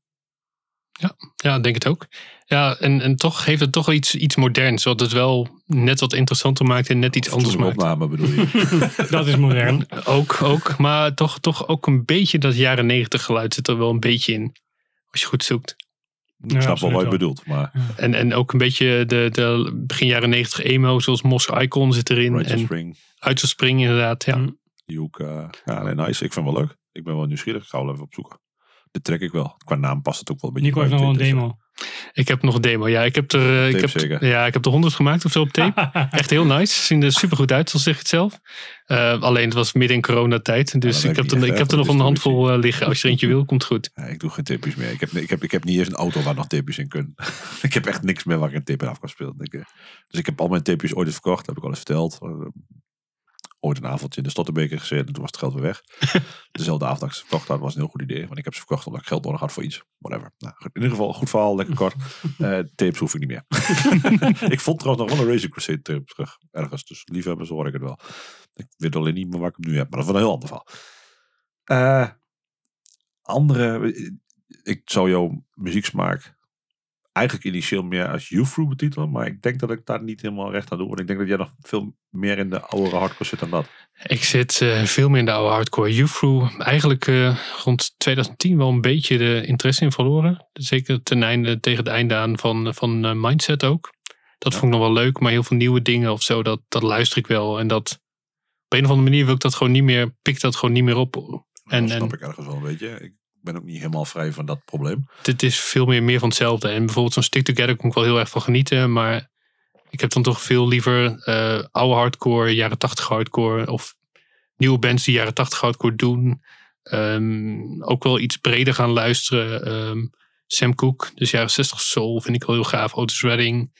Ja, ik denk het ook. Ja, en, en toch heeft het toch wel iets, iets moderns. Wat het wel net wat interessanter maakt en net iets anders maakt. opname bedoel je. dat is modern. Ook, ook. Maar toch, toch ook een beetje dat jaren negentig geluid zit er wel een beetje in. Als je goed zoekt. Ik Ja, snap wel absoluut wat je wel. bedoelt. Maar En, en ook een beetje de, de begin jaren negentig emo. Zoals Moss Icon zit erin. Righteous En Spring, Uit Spring inderdaad. Ja. Mm. die hoek. Uh, ja, nee, nice. Ik vind het wel leuk. Ik ben wel nieuwsgierig. Ik ga wel even opzoeken. Dit trek ik wel. Qua naam past het ook wel een beetje. Nico heeft nog wel een bij het demo. Ik heb nog een demo. Ja, ik heb er, uh, ik Tape heb, zeker? ja, ik heb er honderd gemaakt of zo op tape. Echt heel nice. Zien er super goed uit, zoals zeg ik het zelf. Uh, alleen het was midden in coronatijd. Dus Ja, ik dat heb werkt er, niet ik echt, heb er hè, nog voor een handvol distributie. uh, liggen. Als je er eentje wil, komt goed. Ja, ik doe geen tipjes meer. Ik heb, ik, heb, ik heb niet eens een auto waar nog tipjes in kunnen. ik heb echt niks meer waar ik een tip in af kan spelen. Ik, uh, dus ik heb al mijn tipjes ooit eens verkocht. Heb ik al eens verteld. Uh, ooit een avondje in de Stotterbeker gezeten. En toen was het geld weer weg. Dezelfde avond dat ik ze verkocht had, was een heel goed idee. Want ik heb ze verkocht omdat ik geld nodig had voor iets. Whatever. Nou, in ieder geval, goed verhaal. Lekker kort. Uh, tapes hoef ik niet meer. ik vond trouwens nog wel een Racing Crusade tape terug. Ergens. Dus liefhebben, zo hoor ik het wel. Ik weet alleen niet meer waar ik hem nu heb. Maar dat is wel een heel ander verhaal. Uh, andere... Ik zou jouw muzieksmaak eigenlijk initieel meer als Youthrough betitelen. Maar ik denk dat ik daar niet helemaal recht aan doe. Want ik denk dat jij nog veel meer in de oudere hardcore zit dan dat. Ik zit uh, veel meer in de oude hardcore. Youthrough eigenlijk uh, rond twintig tien wel een beetje de interesse in verloren. Zeker ten einde, tegen het einde aan van, van uh, Mindset ook. Dat ja. vond ik nog wel leuk. Maar heel veel nieuwe dingen of zo, dat, dat luister ik wel. En dat op een of andere manier wil ik dat gewoon niet meer, pik dat gewoon niet meer op. En, en, dat snap en, ik ergens wel een beetje. Ik ben ook niet helemaal vrij van dat probleem. Het is veel meer, meer van hetzelfde. En bijvoorbeeld zo'n Stick Together kon ik wel heel erg van genieten. Maar ik heb dan toch veel liever uh, oude hardcore, jaren tachtig hardcore. Of nieuwe bands die jaren tachtig hardcore doen. Um, ook wel iets breder gaan luisteren. Um, Sam Cooke, dus jaren zestig soul, vind ik wel heel gaaf. Otis Redding.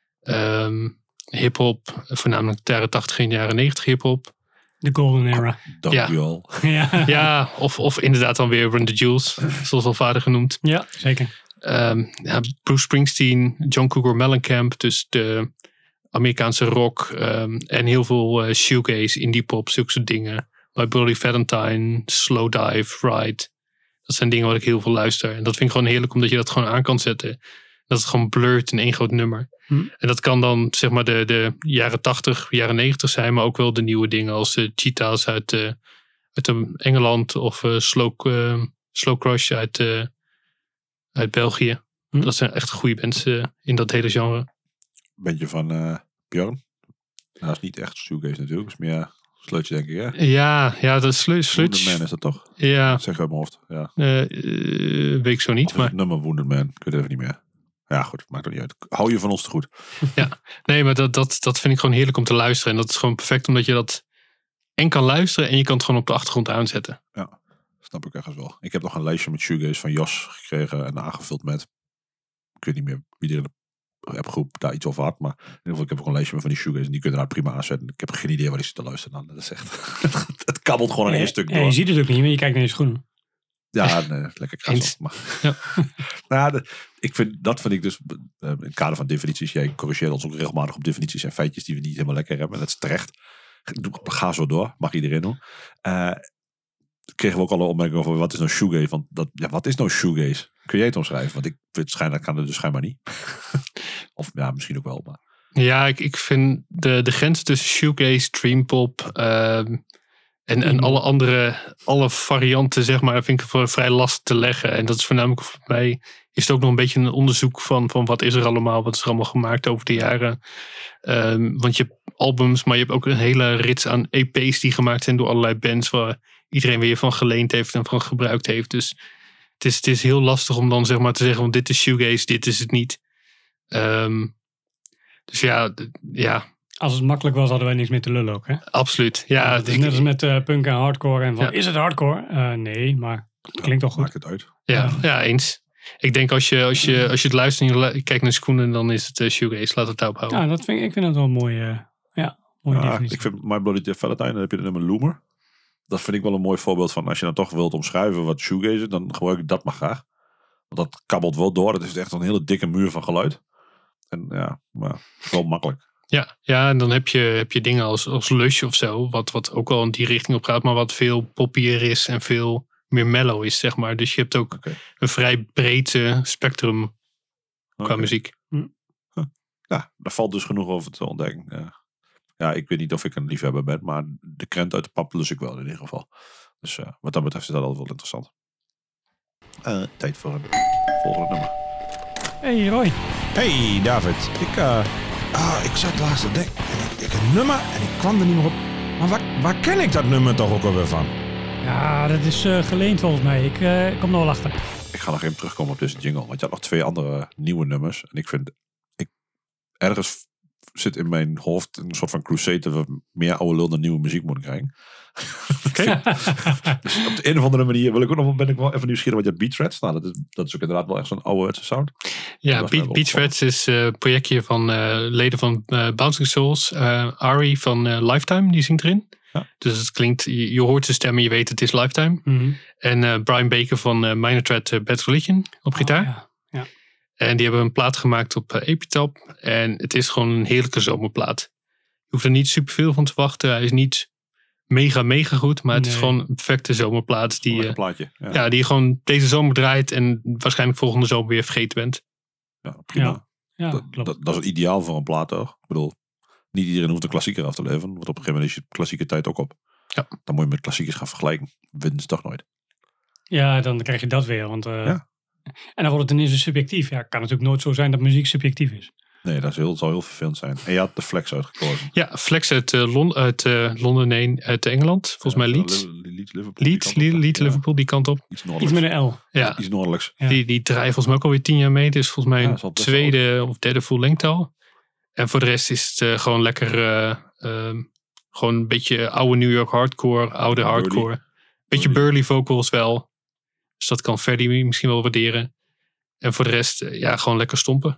Um, hip-hop, voornamelijk de jaren tachtig en jaren negentig hip-hop. De golden era. Dank Ja. u al. ja. Ja, of, of inderdaad dan weer Run the Jewels, zoals al vader genoemd. ja, zeker. Um, ja, Bruce Springsteen, John Cougar Mellencamp, dus de Amerikaanse rock um, en heel veel uh, shoegaze, indie pop, zulke soort dingen. My Bloody Valentine, Slow Dive, Ride. Dat zijn dingen waar ik heel veel luister. En dat vind ik gewoon heerlijk, omdat je dat gewoon aan kan zetten. Dat het gewoon blurt in één groot nummer. Hm. En dat kan dan zeg maar de, de jaren tachtig, jaren negentig zijn, maar ook wel de nieuwe dingen als uh, Cheetahs uit, uh, uit um, Engeland of uh, Slow, uh, Slow Crush uit, uh, uit België. Hm. Dat zijn echt goede bands uh, in dat hele genre. Bandje van uh, Björn. Nou, dat is niet echt shoegaze natuurlijk. Dat is meer sleutje denk ik, hè? Ja, ja, dat is Sludge. Wounded Man is dat toch? Ja, Dat zeg ik uit mijn hoofd. Ja. uh, uh, weet ik zo niet. Of is Maar het nummer Wounded Man. Ik weet het even niet meer. Ja, goed. Maakt ook niet uit. Hou je van ons te goed. nee, maar dat, dat, dat vind ik gewoon heerlijk om te luisteren. En dat is gewoon perfect omdat je dat en kan luisteren en je kan het gewoon op de achtergrond aanzetten. Ja, snap ik ergens wel. Ik heb nog een lijstje met shoegaze van Jos gekregen en aangevuld met... Ik weet niet meer wie er in de appgroep daar iets over had. Maar in ieder geval, ik heb ook een lijstje met van die shoegaze en die kunnen daar prima aanzetten. Ik heb geen idee waar ik zit te luisteren. Dat is echt... het kabbelt gewoon in één stuk Ja, door. je ziet het ook niet, maar je kijkt naar je schoenen. Ja, nee, lekker kras Eens. op. Maar. Ja. nou, ja, de, ik vind, dat vind ik dus, uh, in het kader van definities, jij corrigeert ons ook regelmatig op definities en feitjes die we niet helemaal lekker hebben. En dat is terecht. Ga zo door, mag iedereen doen. Uh, kregen we ook al een opmerking over wat is nou shoegaze. Want dat, ja, wat is nou shoegaze? Kun jij het omschrijven? Want ik vind schijnlijk kan het dus schijnbaar niet. Of ja, misschien ook wel. Maar. Ja, ik, ik vind de, de grens tussen shoegaze, dreampop um, en, en alle andere alle varianten, zeg maar, vind ik voor vrij lastig te leggen. En dat is voornamelijk voor mij, is het ook nog een beetje een onderzoek van, van wat is er allemaal, wat is er allemaal gemaakt over de jaren. Um, want je hebt albums, maar je hebt ook een hele rits aan E P's die gemaakt zijn door allerlei bands waar iedereen weer van geleend heeft en van gebruikt heeft. Dus het is, het is heel lastig om dan zeg maar te zeggen, want dit is shoegaze, dit is het niet. Um, dus ja, d- ja, Als het makkelijk was, hadden wij niks meer te lullen ook, hè? absoluut. Ja, Het is ik- net als met uh, punk en hardcore. En van, Ja. is het hardcore? Uh, nee, maar het klinkt toch goed. Maakt het uit. Ja, ja, eens. Ik denk als je, als je, als je het luistert en je lu- kijkt naar schoenen, dan is het uh, shoegaze. Laat het daarop houden. Ja, dat vind ik, ik vind dat wel een mooie, uh, ja, mooie Ja, definitie. ik vind My Bloody Valentine, dan heb je de nummer Loomer. Dat vind ik wel een mooi voorbeeld van als je dan toch wilt omschrijven wat shoegaze is, dan gebruik ik dat maar graag. Want dat kabbelt wel door. Dat is echt een hele dikke muur van geluid. En ja, maar wel makkelijk. Ja, ja, en dan heb je, heb je dingen als, als Lush of zo. Wat, wat ook wel in die richting op gaat. Maar wat veel poppier is en veel meer mellow is, zeg maar. Dus je hebt ook Okay. een vrij breed uh, spectrum qua Okay. muziek. Ja, daar valt dus genoeg over te ontdekken. Ja. ja, ik weet niet of ik een liefhebber ben. Maar de krent uit de pap lus ik wel in ieder geval. Dus uh, wat dat betreft is dat altijd wel interessant. Uh, tijd voor een volgende nummer. Hey Roy. Hey David, ik, uh, ah, ik zat laatst te denken en ik, ik een nummer en ik kwam er niet meer op. Maar waar, waar ken ik dat nummer toch ook alweer van? Ja, dat is uh, geleend volgens mij. Ik uh, kom er wel achter. Ik ga nog even terugkomen op deze jingle. Want je had nog twee andere nieuwe nummers. En ik vind, ik, ergens zit in mijn hoofd een soort van crusade dat we meer oude lul dan nieuwe muziek moeten krijgen. Okay. Dus op de een of andere manier wil ik ook nog, ben ik wel even nieuwsgierig wat je Beach Rats. Nou, dat is, dat is ook inderdaad wel echt zo'n oude sound. Ja, Be- Beach Rats is uh, een projectje van uh, leden van uh, Bouncing Souls. Uh, Ari van uh, Lifetime, die zingt erin. Ja. Dus het klinkt, je, je hoort zijn stem en je weet het is Lifetime. Mm-hmm. En uh, Brian Baker van uh, Minor Threat uh, Bad Religion op gitaar. Oh, ja. Ja. En die hebben een plaat gemaakt op uh, Epitap. En het is gewoon een heerlijke zomerplaat. Je hoeft er niet superveel van te wachten. Hij is niet mega, mega goed. Maar het nee. is gewoon een perfecte zomerplaat. Die, een plaatje. Ja. ja, die je gewoon deze zomer draait. En waarschijnlijk volgende zomer weer vergeten bent. Ja, prima. Ja. Ja, dat, dat, dat is het ideaal voor een plaat toch? Ik bedoel, niet iedereen hoeft een klassieker af te leveren. Want op een gegeven moment is je klassieke tijd ook op. Ja. Dan moet je met klassiekers gaan vergelijken. Winnen ze toch nooit. Ja, dan krijg je dat weer. Want, uh, ja. En dan wordt het ineens subjectief. Ja, het kan natuurlijk nooit zo zijn dat muziek subjectief is. Nee, dat is heel, zal heel vervelend zijn. En je had de Flex uitgekozen. Ja, Flex uit, uh, Lon- uit uh, Londen, nee, uit Engeland. Volgens ja, mij Leeds. Leeds, Liverpool. Leeds, Leeds, ja. Liverpool, die kant op. Iets, Iets met een L. Ja. Iets noordelijks. Ja. Die, die draaien volgens mij ook alweer tien jaar mee. Dus volgens mij ja, een tweede of derde full lengte al. En voor de rest is het uh, gewoon lekker... Uh, uh, gewoon een beetje oude New York hardcore, oude ja, hardcore. Burly. Beetje burly. burly vocals wel. Dus dat kan Ferdy misschien wel waarderen. En voor de rest, uh, ja, gewoon lekker stompen.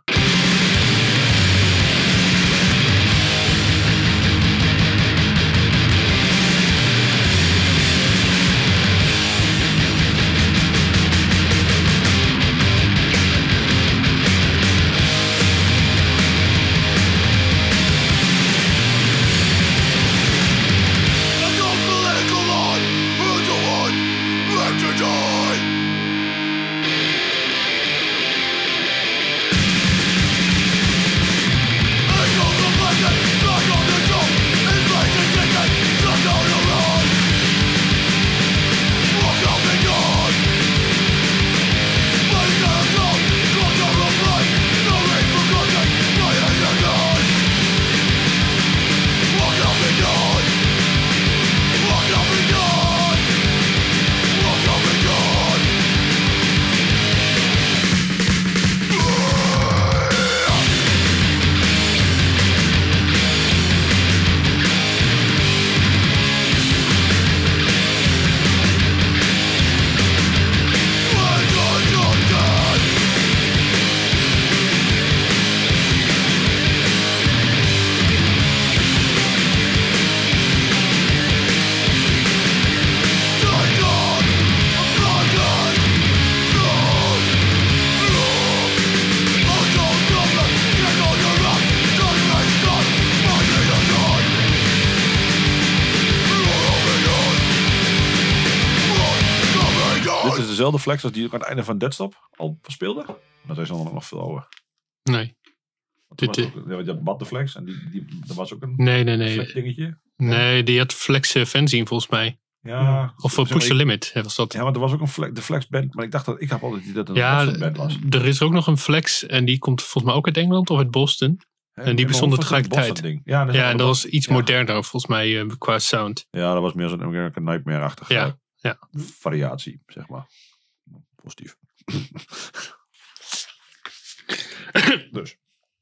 Dezelfde Flex als die ook aan het einde van Deadstop al verspeelde. Maar dat is dan nog veel ouder. Nee. Dit, was ook, ja, je had Bad de Flex en die, die, dat was ook een nee, nee, nee. Flex dingetje. Nee, die had Flex uh, fanzine volgens mij. Ja. Of uh, Push the Limit was dat. Ja, maar er was ook een flex, de Flex band. Maar ik dacht dat ik heb altijd dat het een ja, band was. Er is ook nog een Flex en die komt volgens mij ook uit Engeland of uit Boston. Ja, en die bestonden tegelijkertijd. Ja, dat ja en dat was iets ja. moderner volgens mij uh, qua sound. Ja, dat was meer zo'n American Nightmare-achtige ja. Ja. variatie, zeg maar. Positief. Dus.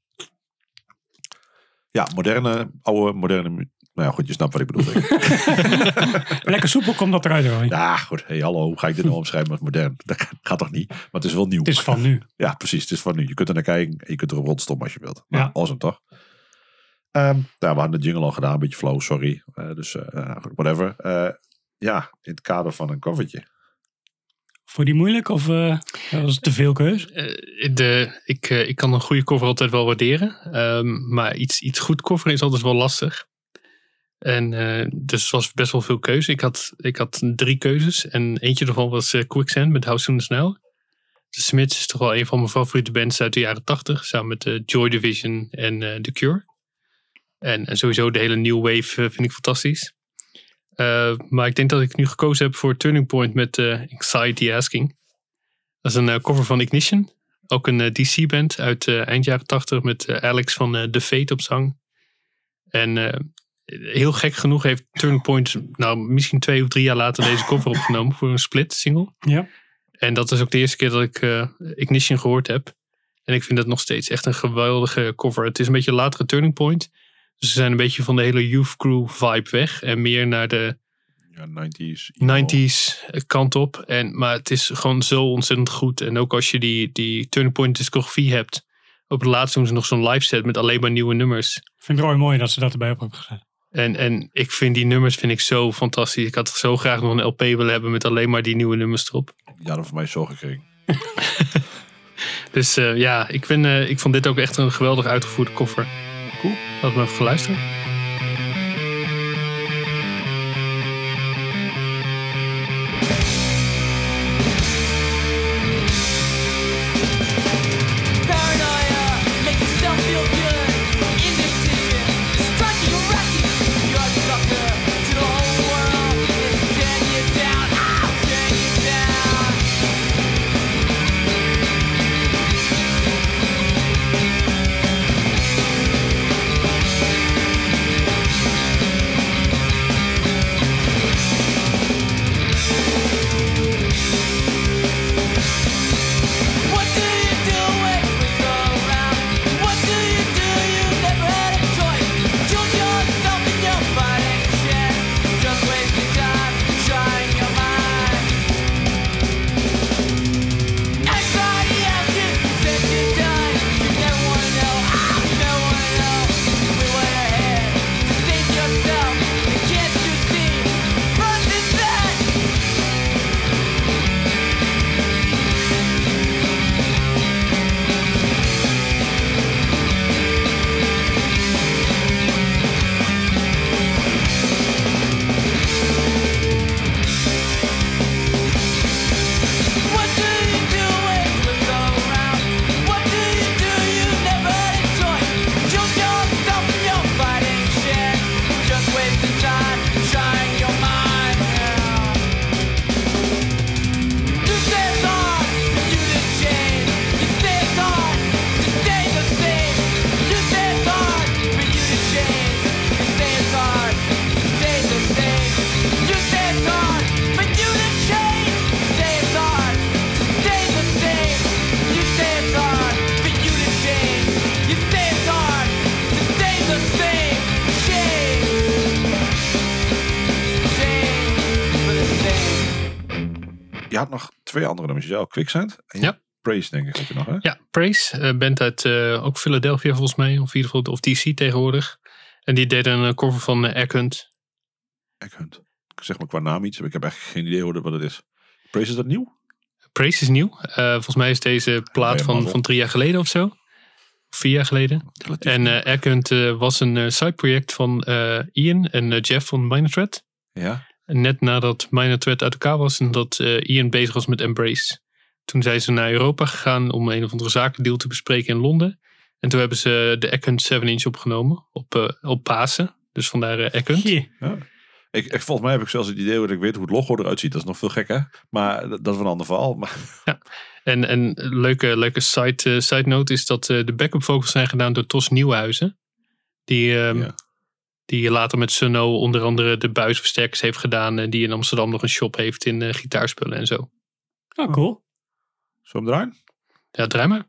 Ja, moderne, oude, moderne... Nou ja, goed, je snapt wat ik bedoel. Lekker soepel komt dat eruit, hoor. Ja, goed. Hey, hallo, hoe ga ik dit nou omschrijven als modern? Dat gaat toch niet? Maar het is wel nieuw. Het is van nu. Ja, precies. Het is van nu. Je kunt er naar kijken en je kunt erop rondstommen als je wilt. Maar ja. Awesome, toch? Um, nou, we hadden de jingle al gedaan. Een beetje flow, sorry. Uh, dus, uh, whatever. Uh, ja, in het kader van een covertje. Vond je die moeilijk of uh, was het te veel keus? Uh, de, ik, uh, ik kan een goede cover altijd wel waarderen. Um, maar iets, iets goed coveren is altijd wel lastig. En uh, dus het was best wel veel keuze. Ik had, ik had drie keuzes. En eentje daarvan was uh, Quicksand met How Soon Is Now. De Smiths is toch wel een van mijn favoriete bands uit de jaren tachtig. Samen met uh, Joy Division en uh, The Cure. En, en sowieso de hele new wave uh, vind ik fantastisch. Uh, maar ik denk dat ik nu gekozen heb voor Turning Point met uh, Anxiety Asking. Dat is een uh, cover van Ignition. Ook een uh, D C-band uit uh, eind jaren tachtig met uh, Alex van uh, The Fate op zang. En uh, heel gek genoeg heeft Turning Point nou misschien twee of drie jaar later deze cover opgenomen voor een split single. Ja. En dat is ook de eerste keer dat ik uh, Ignition gehoord heb. En ik vind dat nog steeds echt een geweldige cover. Het is een beetje een latere Turning Point. Dus ze zijn een beetje van de hele Youth Crew vibe weg. En meer naar de ja, nineties, nineties kant op. En, maar het is gewoon zo ontzettend goed. En ook als je die, die Turning Point discografie hebt. Op het laatste doen ze nog zo'n live set met alleen maar nieuwe nummers. Ik vind het wel mooi dat ze dat erbij op hebben gezet. En, en ik vind die nummers vind ik zo fantastisch. Ik had zo graag nog een L P willen hebben met alleen maar die nieuwe nummers erop. Ja, dat voor mij zo gekregen. Dus uh, ja, ik, vind, uh, ik vond dit ook echt een geweldig uitgevoerde cover. Cool. Laten we even gaan luisteren. Je had nog twee andere nummers. Ja, Quicksand en ja. Praise, denk ik. Had je nog, hè? Ja, Praise. Uh, band uit uh, ook Philadelphia volgens mij. Of in ieder geval of D C tegenwoordig. En die deden een cover van uh, Egghunt. Egghunt. Zeg maar qua naam iets. Ik heb echt geen idee wat het is. Praise, is dat nieuw? Praise is nieuw. Uh, volgens mij is deze plaat van, van drie jaar geleden of zo. Of vier jaar geleden. Relatief en uh, Egghunt uh, was een uh, sideproject van uh, Ian en uh, Jeff van Minor Threat. Ja. Net nadat Minor Threat uit elkaar was en dat uh, Ian bezig was met Embrace. Toen zijn ze naar Europa gegaan om een of andere zakendeal te bespreken in Londen. En toen hebben ze de Egghunt zeven inch opgenomen op, uh, op Pasen. Dus vandaar uh, Egghunt. Ja. Ik, ik, volgens mij heb ik zelfs het idee dat ik weet hoe het logo eruit ziet. Dat is nog veel gekker. Maar dat is een ander verhaal. Maar... Ja. En een leuke, leuke side, uh, side note is dat uh, de backup vocals zijn gedaan door Tos Nieuwenhuizen. Die, um, ja. die later met Sunno onder andere de buisversterkers heeft gedaan. En die in Amsterdam nog een shop heeft in uh, gitaarspullen en zo. Oh, cool. Zullen we hem draaien? Ja, draai maar.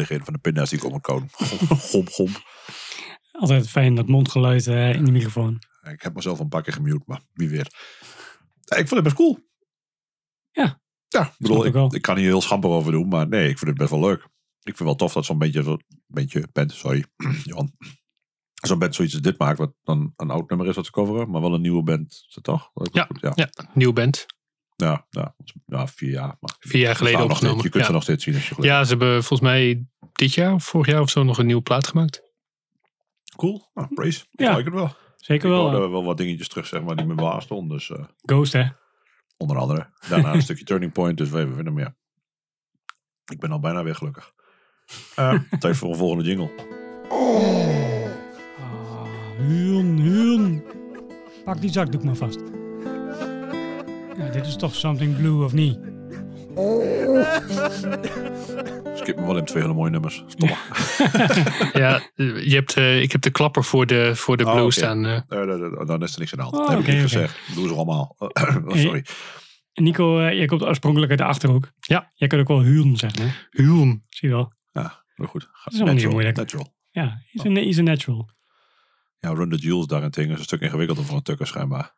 degene van de pinda's die ik op moet komen. Gom, gom. Altijd fijn, dat mondgeluid uh, in de microfoon. Ik heb mezelf een paar keer gemute, maar wie weet. Ja, ik vond het best cool. Ja. Ja, ik bedoel, ik ik, ik kan hier heel schamper over doen, maar nee, ik vind het best wel leuk. Ik vind wel tof dat zo'n beetje, zo'n beetje band, sorry, Johan. Zo'n band zoiets als dit maakt, wat dan een oud nummer is wat ze coveren, maar wel een nieuwe band, is dat toch? Ja, goed, ja. ja, nieuwe band. Ja, ja, ja, vier jaar. Maar vier jaar geleden nog opgenomen. Steeds, je kunt ja. ze nog steeds zien als je geluk Ja, ze hebben volgens mij dit jaar of vorig jaar of zo nog een nieuwe plaat gemaakt. Cool, nou, praise. Ik Ja. like het wel. Zeker Ik wel. hoorde wel wat dingetjes terug, zeg maar, die me waar stonden. Dus uh, Ghost, hè? onder andere. Daarna een stukje Turning Point, dus we vinden meer. Ik ben al bijna weer gelukkig. Uh, tijd voor een volgende jingle. Ah, Huun, Huun. Pak die zakdoek maar vast. Ja, dit is toch Something Blue, of niet? Skip me wel in twee hele mooie nummers. Stom. Ja, je hebt, uh, ik heb de klapper voor de, voor de Oh, Blue oké. staan. Uh. Uh, uh, uh, dan is er niks aan de hand. Oh, dat heb oké, ik niet oké. gezegd. Doe ze allemaal. oh, sorry. Nico, uh, jij komt oorspronkelijk uit de Achterhoek. Ja. Jij kunt ook wel Huun zeggen, hè? Huun. Zie je wel. Ja, heel goed. Dat is allemaal niet moeilijk. Natural. Ja, he's a, he's a natural. Ja, Run the Jewels daarentegen is een stuk ingewikkelder voor een tukker schijnbaar.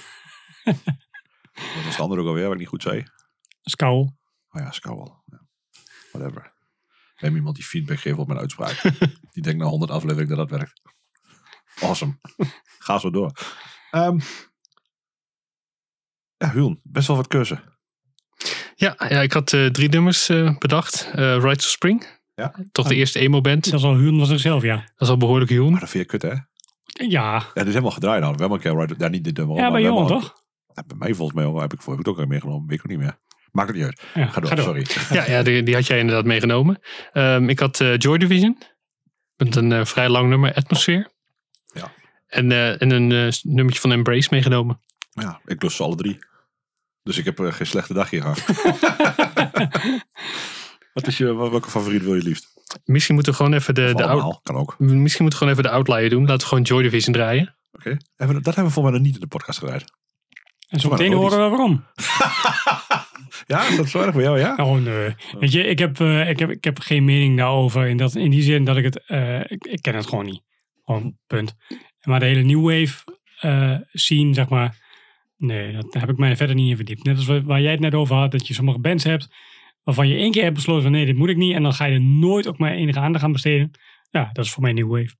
Wat was de andere ook alweer, wat ik niet goed zei? Scowl. Oh ja, Scowl. Ja. Whatever. Neem iemand die feedback geeft op mijn uitspraak. Die denkt na honderd afleveringen dat dat werkt. Awesome. Ga zo door. Um, ja, Huun, best wel wat keuze. Ja, ja, ik had uh, drie nummers uh, bedacht. Uh, Rites of Spring. Ja. Toch de eerste emo-band. Dat is al Huun van zichzelf, ja. Dat is al behoorlijk Huun. Maar dat vind je kut, hè? Ja. Ja, dit is helemaal gedraaid. Nou. We hebben een keer Right, ja, niet dit nummer. Ja, maar bij we Johan, hebben toch? ook- Ja, bij mij volgens mij ook, heb ik, voor, heb ik het ook al meegenomen. Weet ik ook niet meer. Maakt het niet uit. Ja, Ga door, ga door. sorry. Ja, ja die, die had jij inderdaad meegenomen. Um, ik had uh, Joy Division. Met een uh, vrij lang nummer, Atmosphere. Ja. En, uh, en een uh, nummertje van Embrace meegenomen. Ja, ik lust ze alle drie. Dus ik heb uh, geen slechte dag hier gehad. Wat is je, welke favoriet wil je liefst? Misschien moeten we gewoon even de, Of de, allemaal, out, kan ook. misschien moeten we gewoon even de outlier doen. Laten we gewoon Joy Division draaien. Oké. Okay. Dat hebben we volgens mij nog niet in de podcast gedraaid. En zo Maar meteen ook horen we waarom. Ja, is dat zo erg voor jou, ja? Oh nee. Weet je, ik heb, uh, ik, heb, ik heb geen mening daarover. In, dat, in die zin dat ik het... Uh, ik, ik ken het gewoon niet. Gewoon, punt. Maar de hele New Wave uh, scene, zeg maar... Nee, dat, daar heb ik mij verder niet in verdiept. Net als waar, waar jij het net over had. Dat je sommige bands hebt... waarvan je één keer hebt besloten van... nee, dit moet ik niet. En dan ga je er nooit ook maar enige aandacht aan besteden. Ja, dat is voor mij New Wave.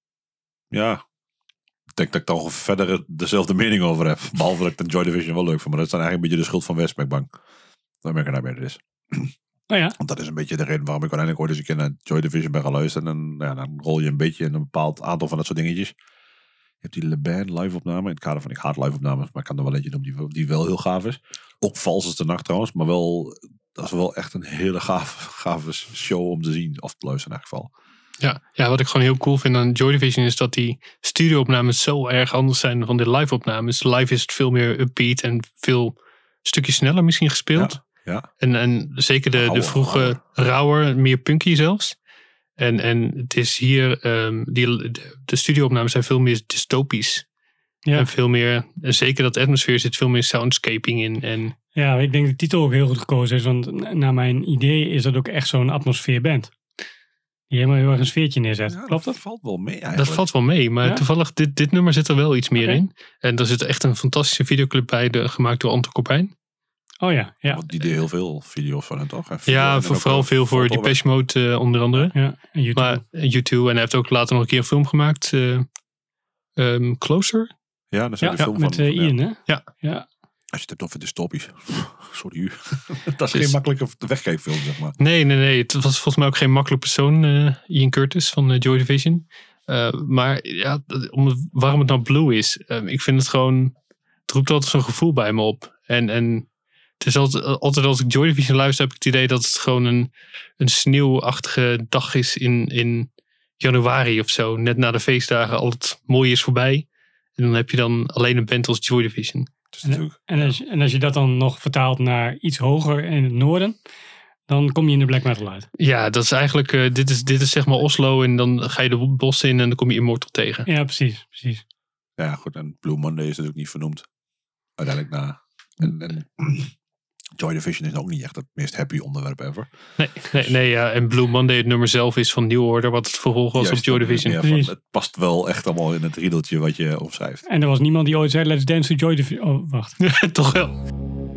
Ja. Ik denk dat ik toch verder dezelfde mening over heb. Behalve dat ik de Joy Division wel leuk vind. Maar dat is dan eigenlijk een beetje de schuld van West, ben ik bang. Dat ben ik er nou mee is. Oh ja. Want dat is een beetje de reden waarom ik uiteindelijk ooit eens een keer naar Joy Division ben gaan luisteren. En dan, ja, dan rol je een beetje in een bepaald aantal van dat soort dingetjes. Je hebt die Le Band live opname. In het kader van ik haat live opnames. Maar ik kan er wel eentje noemen die, die wel heel gaaf is. Ook vals als de nacht trouwens. Maar wel, dat is wel echt een hele gave, gave show om te zien. Of te luisteren in ieder geval. Ja, ja, wat ik gewoon heel cool vind aan Joy Division is dat die studio-opnames zo erg anders zijn dan de live-opnames. Live is het veel meer upbeat en veel stukjes sneller misschien gespeeld. Ja, ja. En, en zeker de, de Rauwer, vroege rauwer, meer punky zelfs. En, en het is hier, um, die, de, de studio-opnames zijn veel meer dystopisch. Ja. En veel meer, en zeker dat atmosfeer zit veel meer soundscaping in. En Ja, ik denk dat de titel ook heel goed gekozen is. Want naar mijn idee is dat ook echt zo'n atmosfeerband. Die helemaal heel erg een sfeertje neerzet. Ja, Klopt dat? valt wel mee eigenlijk. dat valt wel mee. Maar Ja? toevallig, dit, dit nummer zit er wel iets meer Oké. in. En er zit echt een fantastische videoclip bij, de, gemaakt door Anton Corbijn. Oh ja, ja. Want die deed heel veel video's van hem toch? En video- Ja, en voor, ook vooral een veel voor foto- Depeche Mode uh, onder andere. ja. En YouTube. Maar uh, U twee. En hij heeft ook later nog een keer een film gemaakt. Uh, um, Closer? Ja, dan zit ja, die ja, film met van, uh, van- ja. Ian, hè? Ja. ja. Als je het hebt over dystopisch. Sorry. dat is Dus- geen makkelijke wegkijkfilm, zeg maar. Nee, nee, nee. Het was volgens mij ook geen makkelijk persoon, uh, Ian Curtis van uh, Joy Division. Uh, maar ja, om het, waarom het nou Blue is. Uh, ik vind het gewoon... Het roept altijd zo'n gevoel bij me op. En, en het is altijd, altijd als ik Joy Division luister, heb ik het idee dat het gewoon een, een sneeuwachtige dag is in, in januari of zo. Net na de feestdagen, al het mooie is voorbij. En dan heb je dan alleen een band als Joy Division. Het is En, natuurlijk, en, als, en als je dat dan nog vertaalt naar iets hoger in het noorden, dan kom je in de black metal uit. Ja, dat is eigenlijk, uh, dit, is, dit is zeg maar Oslo en dan ga je de bossen in en dan kom je Immortal tegen. Ja, precies. precies. ja, goed. En Blue Monday is natuurlijk niet vernoemd. Uiteindelijk na. En, en Joy Division is ook niet echt het meest happy onderwerp ever. Nee, nee, nee ja. En Blue Monday, het nummer zelf, is van New Order, wat het vervolg was Juist, op Joy Division. ja, van, het past wel echt allemaal in het riedeltje wat je opschrijft. En er was niemand die ooit zei, let's dance to Joy Division. Oh, wacht. Toch wel.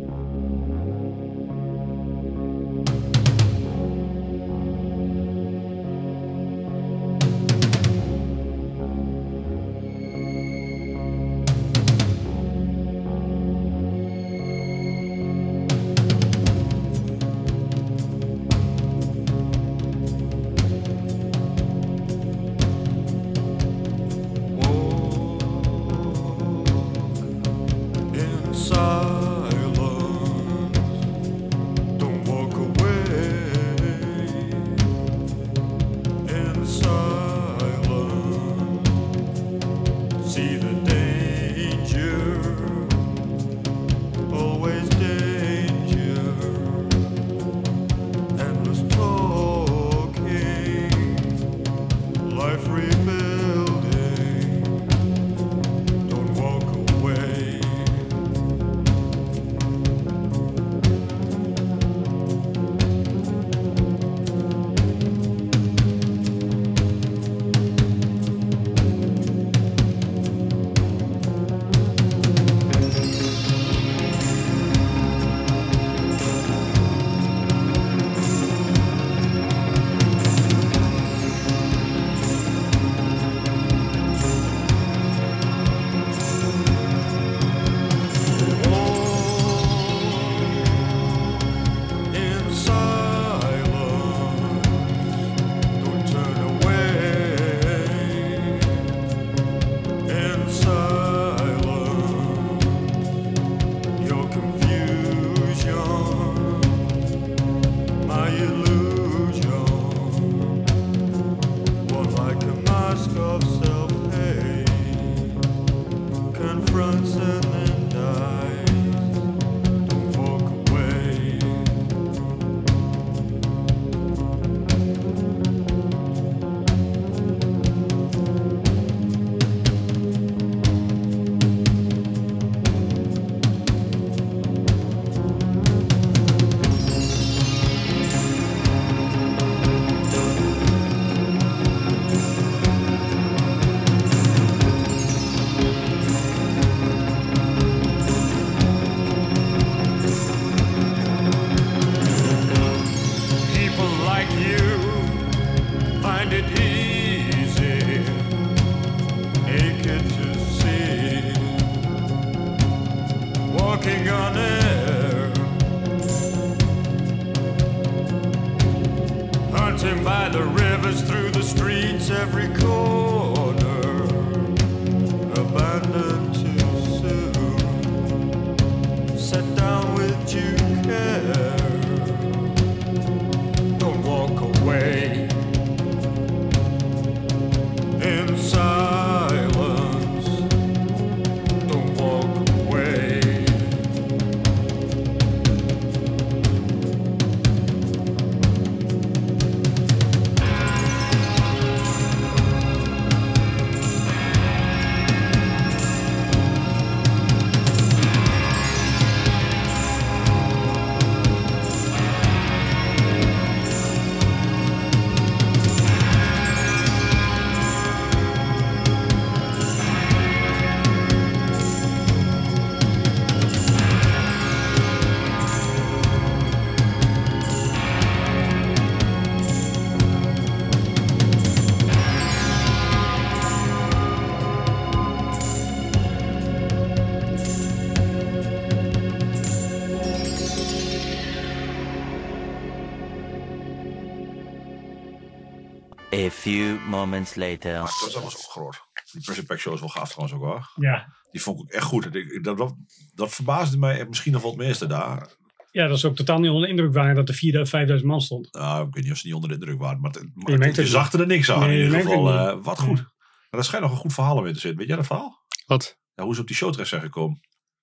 A few moments later. Dat was allemaal zo groot. Die Prison Pack Show is wel gaaf trouwens ook hoor. Ja. Die vond ik ook echt goed. Dat, dat, dat verbaasde mij misschien nog wel het meeste daar. Ja, dat is ook totaal niet onder de indruk waren dat er vierduizend, vijfduizend man stond. Nou, ik weet niet of ze niet onder de indruk waren. Maar, het, maar je, het, je zag er niks aan nee, in ieder geval. Uh, wat goed. Nee. Maar er schijnt nog een goed verhaal om in te zitten. Weet jij dat verhaal? Wat? Ja, hoe ze op die show terecht zijn gekomen.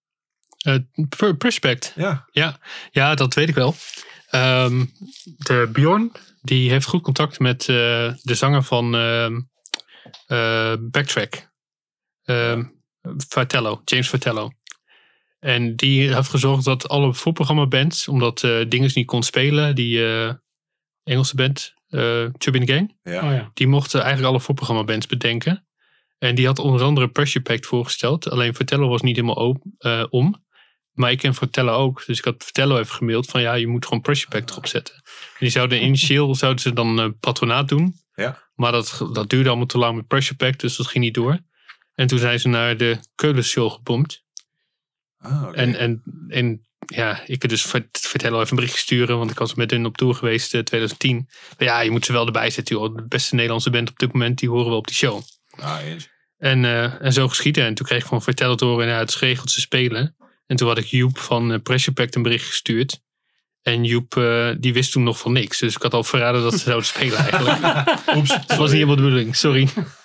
Uh, Prospect. Ja. ja. Ja, dat weet ik wel. Um, de Bjorn, die heeft goed contact met uh, de zanger van uh, uh, Backtrack. Uh, Fratello, James Fratello. En die heeft gezorgd dat alle voorprogrammabands, omdat uh, Dinges niet kon spelen, die uh, Engelse band, uh, Chubby in the Gang, Ja. Oh ja. die mochten eigenlijk alle voorprogrammabands bedenken. En die had onder andere Pressure Pact voorgesteld. Alleen Vertello was niet helemaal op, uh, om. Maar ik ken Vertello ook. Dus ik had Vertello even gemaild van ja, je moet gewoon Pressure Pact erop zetten. En die zouden initieel zouden ze dan uh, patronaat doen. Ja. Maar dat, dat duurde allemaal te lang met Pressure Pact, dus dat ging niet door. En toen zijn ze naar de Keulen Show gepompt. Ah, okay. En, en, en ja, ik heb dus Vertello even een berichtje sturen, want ik was met hun op tour geweest in twintig tien. Maar ja, je moet ze wel erbij zetten, joh. De beste Nederlandse band op dit moment, die horen we op die show. Ah, eens. En, uh, en zo geschieden. En toen kreeg ik van Vertello te horen, ja, het is geregeld, ze spelen. En toen had ik Joep van uh, Pressure Pact een bericht gestuurd. En Joep, uh, die wist toen nog van niks. Dus ik had al verraden dat ze zouden spelen eigenlijk. Oeps. Dat was niet helemaal de bedoeling, sorry.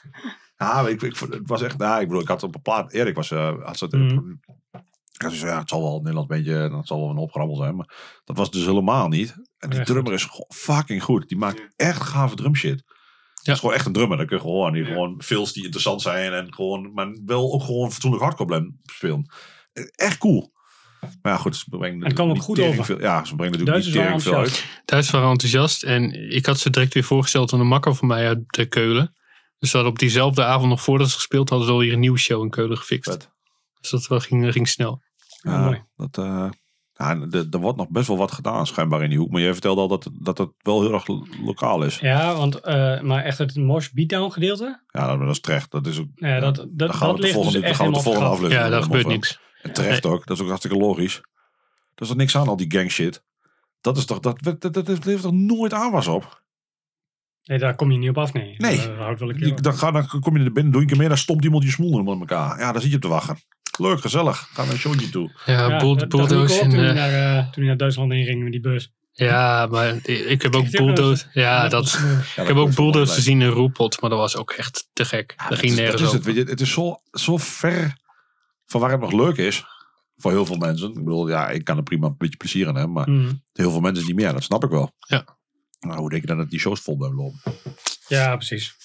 Ja, ik, ik, het was echt, nou, ik bedoel, ik had op een plaat, Erik was, uh, had ze, Mm. ik had zo, ja, het zal wel een Nederlands beetje, het zal wel een opgrabbel zijn, maar dat was dus helemaal niet. En die Ja, drummer is gewoon fucking goed. Die maakt echt gave drumshit. Het is gewoon echt een drummer. Dan kun je gewoon, die gewoon fills die interessant zijn en gewoon, maar wel ook gewoon fatsoenlijk hardcore spelen. Echt cool. Maar ja, goed, ze brengen het kwam ook niet goed tering over. Veel, ja, ze brengen natuurlijk Duitsers niet tering waren veel enthousiast. uit. Duitsers waren enthousiast. En ik had ze direct weer voorgesteld aan een makker van mij uit de Keulen. Dus ze hadden op diezelfde avond nog voordat ze gespeeld hadden, ze alweer een nieuwe show in Keulen gefixt. Vet. Dus dat wel ging, ging snel. Ja, mooi. Dat, uh, ja, er, er wordt nog best wel wat gedaan schijnbaar in die hoek. Maar jij vertelde al dat, dat het wel heel erg lo- lokaal is. Ja, Ja, want uh, maar echt het Mosh Beatdown gedeelte. dat, dat is terecht. Dat is ook, Ja, dat, dat, daar dat, gaan we de ligt volgende, dus daar echt gaan we de helemaal volgende op aflevering het gat. Ja, daar nog gebeurt over niks. En terecht ook. Dat is ook hartstikke logisch. Er is er niks aan, al die gang shit. Dat is toch, dat, dat, dat, dat levert toch nooit aanwas op? Nee, daar kom je niet op af, nee. Nee. Dat houdt wel een keer Die, op. dan, ga, dan kom je er binnen, doe je een keer meer, dan stomt iemand je smoel met elkaar. Ja, daar zit je op te wachten. Leuk, gezellig. Gaan we een showtje toe. Ja, Ja, bull- dat- dat doe ik bulldoze. ook en, toen, hij uh, naar, uh, toen hij naar Duitsland heen ging met die bus. ja, maar ik, ik heb ook Ik heb wel eens- bulldoze. Ja, dat, Ja, ik dat heb ook is wel bulldoze blij. gezien in Roepot, maar dat was ook echt te gek. Ja, dat dat ging is- nergens dat is over. het, weet je, het is zo, zo ver van waar het nog leuk is. Voor heel veel mensen. Ik bedoel, ja, ik kan er prima een beetje plezier in hebben. Maar Mm. heel veel mensen niet meer. Dat snap ik wel. Ja. Maar hoe denk je dan dat die shows vol blijven lopen? Ja, precies.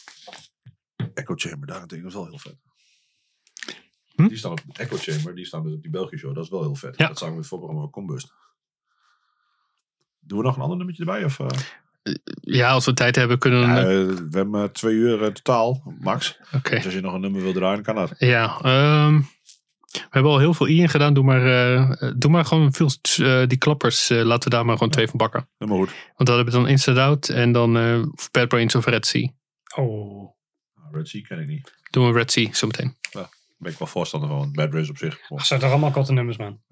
Echo Chamber, daarentegen is wel heel vet. Hm? Die staan op Echo Chamber, die staan dus op die Belgische show. Dat is wel heel vet. Ja. Dat zagen we met het voorprogramma van Combust. Doen we nog een ander nummertje erbij? Of, uh? Ja, als we tijd hebben, kunnen we... ja, Ja, uh, we hebben uh, twee uur uh, totaal, max. Oké. Dus als je nog een nummer wil draaien, kan dat. Ja, um, we hebben al heel veel Ian gedaan. Doe maar, uh, doe maar gewoon veel, uh, die klappers. Uh, laten we daar maar gewoon twee van bakken. Nummer goed. Want dan hebben we dan Inside Out en dan uh, Bad Brains of Red Sea. Oh. Red Sea ken ik niet. Doen we Red Sea zometeen. Daar ben ik wel voorstander van. Want Bad Brains op zich. Dat zijn toch allemaal korte nummers, man.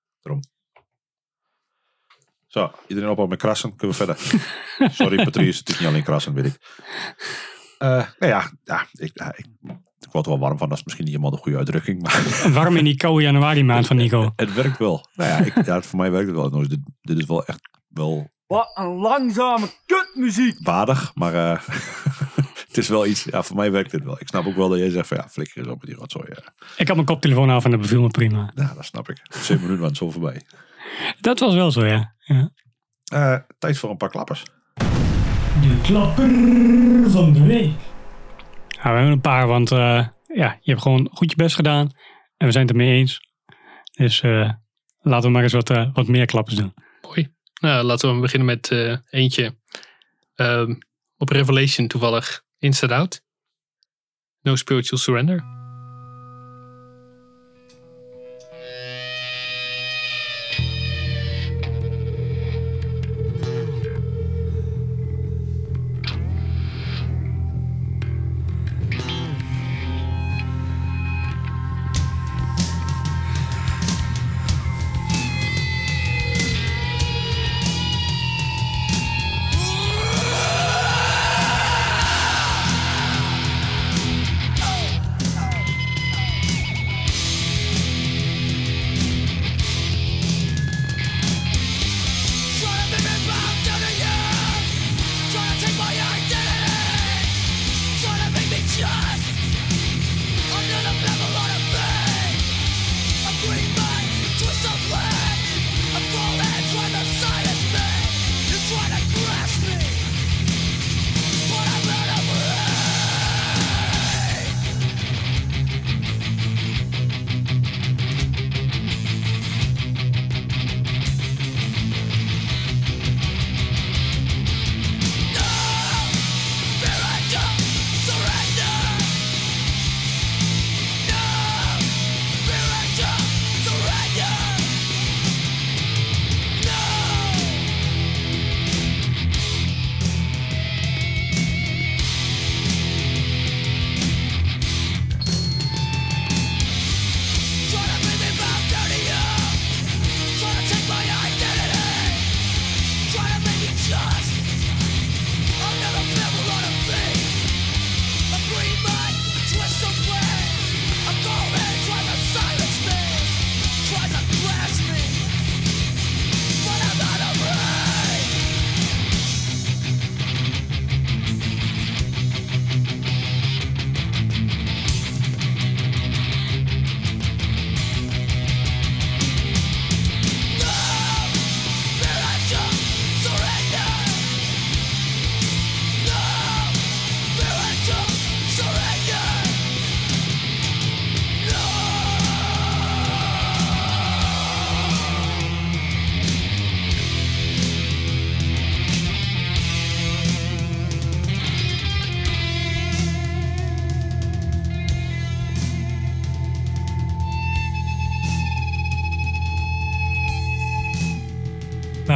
Zo, iedereen ophouden met krassen. Kunnen we verder. Sorry Patrice, het is niet alleen krassen, weet ik. Uh, nou ja, ja, ik, ja ik, ik word er wel warm van. Dat is misschien niet helemaal de goede uitdrukking. Maar Warm in die koude januari maand van Nico. het werkt wel. Nou ja, ik, ja, voor mij werkt het wel. Dus dit, dit is wel echt wel Wat een langzame kutmuziek. waardig. Maar uh, het is wel iets. Ja, voor mij werkt dit wel. Ik snap ook wel dat jij zegt van ja, flikker eens op met die rotzooi. Ja. Ik had mijn koptelefoon af en dat beviel me prima. Ja, dat snap ik. Zeven minuten waren het zo voorbij. Dat was wel zo, ja. ja. Uh, tijd voor een paar klappers. De klapper van de week. Ja, we hebben een paar, want uh, ja, je hebt gewoon goed je best gedaan. En we zijn het ermee eens. Dus uh, laten we maar eens wat, uh, wat meer klappers doen. Mooi. Nou, laten we beginnen met uh, eentje. Um, op Revelation toevallig. Inside Out. No Spiritual Surrender.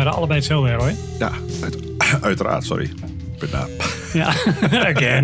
waren allebei hetzelfde, Roy. Ja, uit, uiteraard, sorry. Bijna. Ja, again.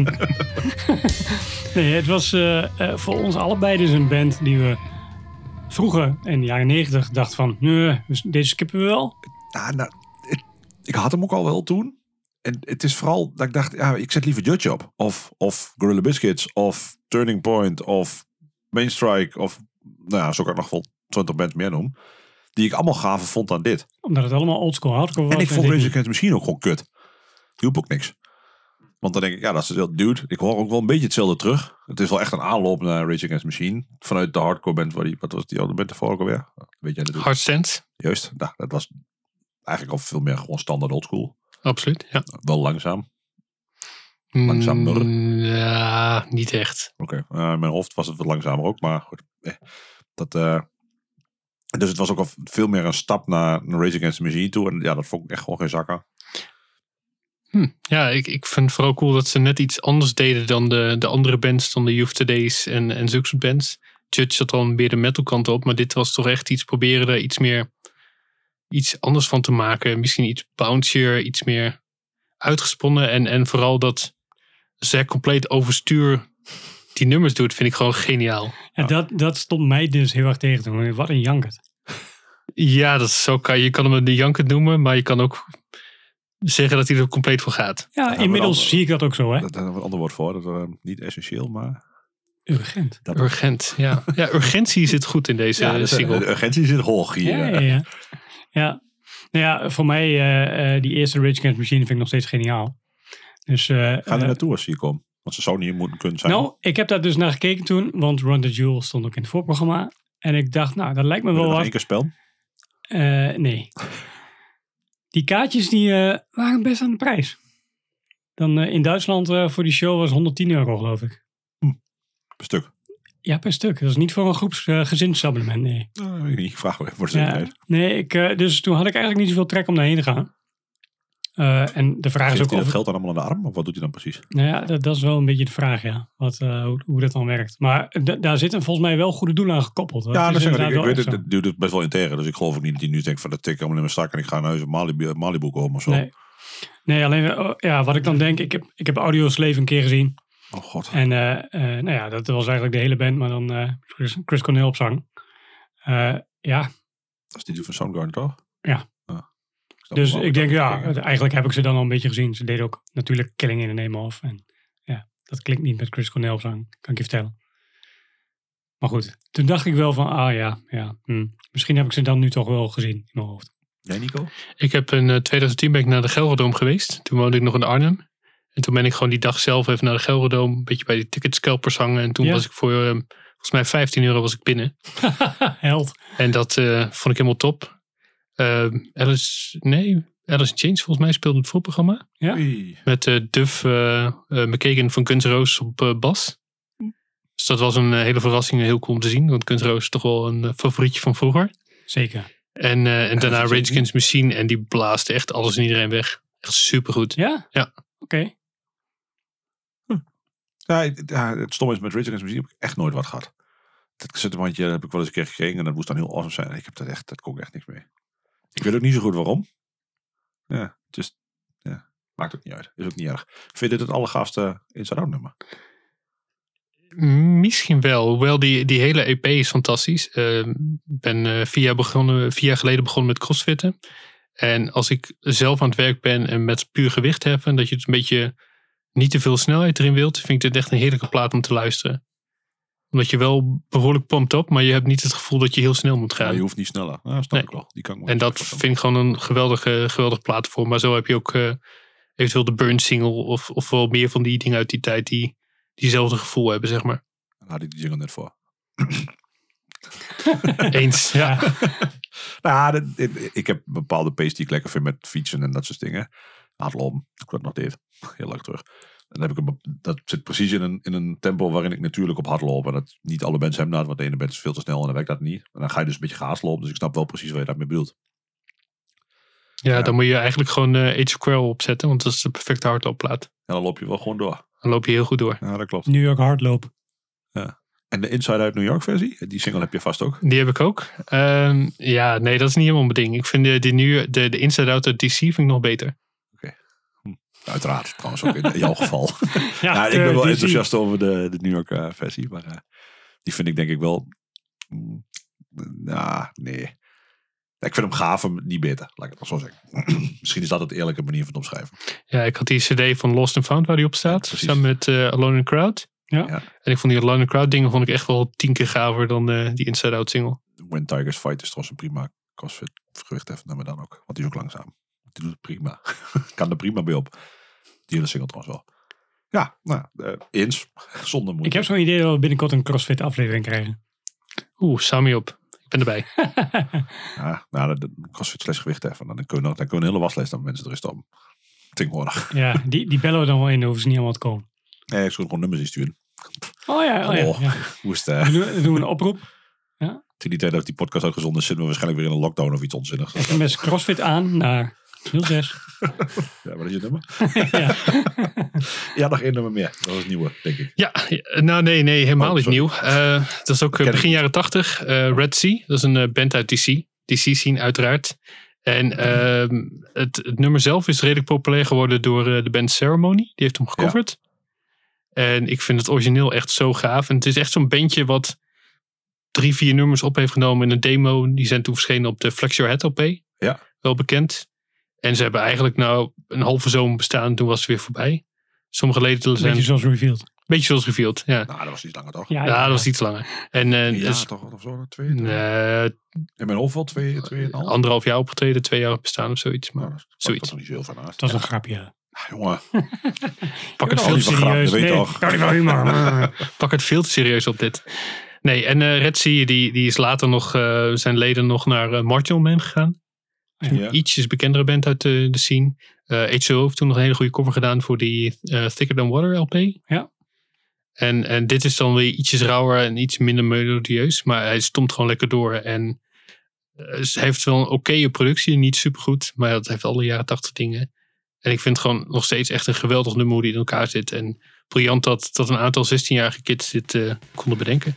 Nee, het was uh, uh, voor ons allebei dus een band die we vroeger in de jaren negentig dachten van, nee, deze skippen we wel. Ja, nou, het, ik had hem ook al wel toen. En het is vooral dat ik dacht, ja, ik zet liever Judge op. Of, of Gorilla Biscuits, of Turning Point, of Mainstrike, of nou ja, zo kan ik nog wel twintig bands meer noemen. Die ik allemaal gaver vond dan dit. Omdat het allemaal oldschool hardcore was. En ik vond en Rage dit- Against the Machine ook gewoon kut. Die hoeft ook niks. Want dan denk ik, ja, dat is heel dude. Ik hoor ook wel een beetje hetzelfde terug. Het is wel echt een aanloop naar Rage Against the Machine. Vanuit de hardcore band, waar die, wat was die oude band ervoor ook alweer? Weet jij dat? Hard Stance. Juist, nou, dat was eigenlijk al veel meer gewoon standaard oldschool. Absoluut, ja. Wel langzaam. Langzamer? Mm, ja, niet echt. Oké, okay. uh, in mijn hoofd was het wat langzamer ook, maar goed. Eh, dat, uh, dus het was ook al veel meer een stap naar, naar Rage Against the Machine toe. En ja, dat vond ik echt gewoon geen zakken. Hm. Ja, ik, ik vind het vooral cool dat ze net iets anders deden dan de, de andere bands, dan de Youth Today's en, en zulke soort bands. Judge zat dan meer de metal kant op, maar dit was toch echt iets proberen er iets meer, iets anders van te maken. Misschien iets bouncier, iets meer uitgesponnen. En, en vooral dat zij compleet overstuur die nummers doet, vind ik gewoon geniaal. Ja, dat, dat stond mij dus heel erg tegen te doen. Wat een jankert. Ja, dat is zo kan, je kan hem de jankert noemen, maar je kan ook zeggen dat hij er compleet voor gaat. Ja, Ja, inmiddels maar dan- zie ik dat ook zo, hè. Dat, daar hebben we een ander woord voor. Dat is uh, niet essentieel, maar... Urgent. Dat Urgent, ja. Ja, urgentie zit goed in deze ja, dus, uh, single. de urgentie zit hoog hier. Ja, ja, ja. ja. Nou ja, voor mij, uh, uh, die eerste Rage Against the Machine vind ik nog steeds geniaal. Dus, uh, Ga er uh, naartoe als je hier komt. Want ze zou niet moeten kunnen zijn. nou, ik heb daar dus naar gekeken toen, want Run the Jewel stond ook in het voorprogramma. En ik dacht, nou, dat lijkt me Wil je wel nog wat. één keer spelen? Uh, nee. Die kaartjes die uh, waren best aan de prijs. Dan uh, in Duitsland uh, voor die show was honderdtien euro, geloof ik. Per stuk. Ja, per stuk. Dat is niet voor een groepsgezinsabonnement, uh, nee. Uh, weet ik niet. Ik vraag wel even voor de Ja, zekerheid. nee, ik, uh, dus toen had ik eigenlijk niet zoveel trek om daarheen te gaan. Uh, en de vraag is Geeft ook hij of... dat geld dan allemaal aan de arm? Of wat doet hij dan precies? Nou ja, dat, dat is wel een beetje de vraag, ja. Wat, uh, hoe, hoe dat dan werkt. Maar d- daar zitten volgens mij wel goede doelen aan gekoppeld. Hoor. Ja, Het dat is zeg ik. Ik inderdaad weet wel het. echt Het duurt het best wel integer. Dus ik geloof ook niet dat hij nu denkt van dat tik allemaal in mijn zak en ik ga naar huis op Malibu, Malibu komen of zo. zo. Nee. nee, alleen oh, ja, wat ik dan denk, ik heb, ik heb Audio Slave een keer gezien. Oh god. En uh, uh, nou ja, dat was eigenlijk de hele band, maar dan uh, Chris, Chris Cornell op zang. Uh, ja, Dat is die dude van Soundgarden toch? Ja. Ah. Ik snap dus wel ik dat denk, dat ja, ging. eigenlijk heb ik ze dan al een beetje gezien. Ze deden ook natuurlijk Killing in the Name of. En ja, dat klinkt niet met Chris Cornell op zang, kan ik je vertellen. Maar goed, toen dacht ik wel van, ah ja, ja hm, misschien heb ik ze dan nu toch wel gezien in mijn hoofd. Jij Nico? Ik heb in uh, twintig tien ben ik naar de Gelredome geweest. Toen woonde ik nog in Arnhem. En toen ben ik gewoon die dag zelf even naar de Gelredome. Een beetje bij die ticketscalpers hangen. En toen Ja. was ik voor, uh, volgens mij vijftien euro was ik binnen. Held. En dat uh, vond ik helemaal top. Uh, Alice, nee, Alice in Chains volgens mij speelde het voorprogramma. Ja. Oei. Met uh, Duff uh, uh, McKagan van Guns N' Roses op uh, bas. Dus dat was een uh, hele verrassing. Heel cool om te zien. Want Guns N' Roses is toch wel een uh, favorietje van vroeger. Zeker. En, uh, en daarna Alice in Rage Chains Against the Machine. En die blaasde echt alles en iedereen weg. Echt supergoed. Ja? Ja. Oké. Okay. Ja, het, ja, het stomme is met Rage Against the Machine heb ik echt nooit wat gehad. Dat cassettebandje heb ik wel eens een keer gekregen en dat moest dan heel awesome zijn. Ik heb dat echt, dat kon ik echt niks mee. Ik weet ook niet zo goed waarom. Ja, just, ja, maakt ook niet uit. Is ook niet erg. Ik vind dit het allergaafste Inside Out nummer. Misschien wel. Hoewel die, die hele E P is fantastisch. Ik uh, ben uh, vier, jaar begonnen, vier jaar geleden begonnen met crossfitten. En als ik zelf aan het werk ben en met puur gewicht heffen, dat je het een beetje niet te veel snelheid erin wilt, vind ik dit echt een heerlijke plaat om te luisteren. Omdat je wel behoorlijk pumped op, maar je hebt niet het gevoel dat je heel snel moet gaan. Ja, je hoeft niet sneller. Nou, snap Nee. ik wel. Die kan ik wel En dat voorstellen. vind ik gewoon een geweldige, geweldige plaat voor. Maar zo heb je ook uh, eventueel de Burn single of, of wel meer van die dingen uit die tijd die diezelfde gevoel hebben, zeg maar. Daar had ik die jingle net voor. Eens, ja. Nou, dat- ik, ik heb een bepaalde pace die ik lekker vind met fietsen en dat soort dingen. Hardlopen, ik dat nog deed. Heel leuk terug. En dan heb ik een, be- dat zit precies in een, in een tempo waarin ik natuurlijk op hardloop. En dat niet alle bands hebben dat, want de ene band is veel te snel en dan werkt dat niet. En dan ga je dus een beetje gaaslopen. Dus ik snap wel precies wat je daarmee bedoelt. Ja, Ja. dan moet je eigenlijk gewoon uh, Age of Quarrel opzetten, want dat is de perfecte hardloopplaat. En dan loop je wel gewoon door. Dan loop je heel goed door. Ja, dat klopt. New York hardloop. En de Inside Out New York versie? Die single heb je vast ook. Die heb ik ook. Um, ja, nee, dat is niet helemaal mijn ding. Ik vind de, de, nu, de, de Inside Out uit D C vind ik nog beter. Oké. Hm. Uiteraard, trouwens ook in jouw geval. Ja, ja, ik ben wel uh, enthousiast over de, de New York uh, versie. Maar uh, die vind ik denk ik wel... Mm, nou, nee. Ik vind hem gaaf, maar niet beter. Laat ik het maar zo zeggen. Misschien is dat het eerlijke manier van het omschrijven. Ja, ik had die cd van Lost and Found waar die op staat. Ja, samen met uh, Alone in the Crowd. Ja. ja. En ik vond die Alone in the Crowd dingen vond ik echt wel tien keer gaver dan uh, die Inside Out single. When Tigers Fight is trouwens een prima CrossFit gewicht even naar me dan ook. Want die is ook langzaam. Die doet het prima. kan er prima bij op. Die hele single trouwens wel. Ja, nou, uh, eens. Zonder moeite. Ik heb zo'n idee dat we binnenkort een CrossFit aflevering krijgen. Oeh, samen op. Ik ben erbij. ja, nou, de, de CrossFit slash gewicht even. Dan kunnen we, dan kunnen we een hele waslijst aan mensen er is dan. Tegenwoordig. Ja, die, die bellen we dan wel in. Dan hoeven ze niet allemaal te komen. Nee, ik zou gewoon nummers insturen. Oh ja, oh ja. Oh, ja. Hoe is het? Uh, dan, doen we, dan doen we een oproep. Ja. Tegen die tijd dat die podcast uitgezonden is, zitten we waarschijnlijk weer in een lockdown of iets onzinnigs. S M S CrossFit aan naar nul zes. Ja, wat is je nummer? ja. ja, nog één nummer meer. Dat was het nieuwe, denk ik. Ja, nou nee, nee, helemaal oh, niet nieuw. Uh, dat is ook uh, begin jaren tachtig. Uh, Red Sea, dat is een uh, band uit D C. D C scene uiteraard. En uh, het, het nummer zelf is redelijk populair geworden door uh, de band Ceremony. Die heeft hem gecoverd. Ja. En ik vind het origineel echt zo gaaf. En het is echt zo'n bandje wat drie, vier nummers op heeft genomen in een demo. Die zijn toen verschenen op de Flex Your Head L P. Ja. Wel bekend. En ze hebben eigenlijk nou een halve zomer bestaan. Toen was het weer voorbij. Sommige leden zijn... Beetje zoals Revealed. Beetje zoals Revealed, ja. Nou, dat was iets langer toch? Ja, ja, ja dat was iets langer. En, uh, ja, dus, toch of zo? Twee? Uh, in mijn hoofd wel twee, twee en een half? Anderhalf jaar opgetreden, twee jaar bestaan of zoiets. Maar nou, dat zoiets. Dat is niet zo van naast. Dat is een grapje. Ah, jongen. Pak het veel te serieus. Weet nee, Pak het veel te serieus op dit. Nee, en uh, Red Sea, die, die is later nog, uh, zijn leden nog naar uh, Marginal Man gegaan. Ja. Ietsjes bekendere band uit de, de scene. Uh, H O heeft toen nog een hele goede cover gedaan voor die uh, Thicker Than Water L P. Ja. En, en dit is dan weer ietsjes rauwer en iets minder melodieus. Maar hij stomt gewoon lekker door. En uh, hij heeft wel een oké okay productie. Niet supergoed. Maar dat heeft alle jaren tachtig dingen. En ik vind het gewoon nog steeds echt een geweldig nummer hoe die in elkaar zit. En briljant dat, dat een aantal zestienjarige kids dit uh, konden bedenken.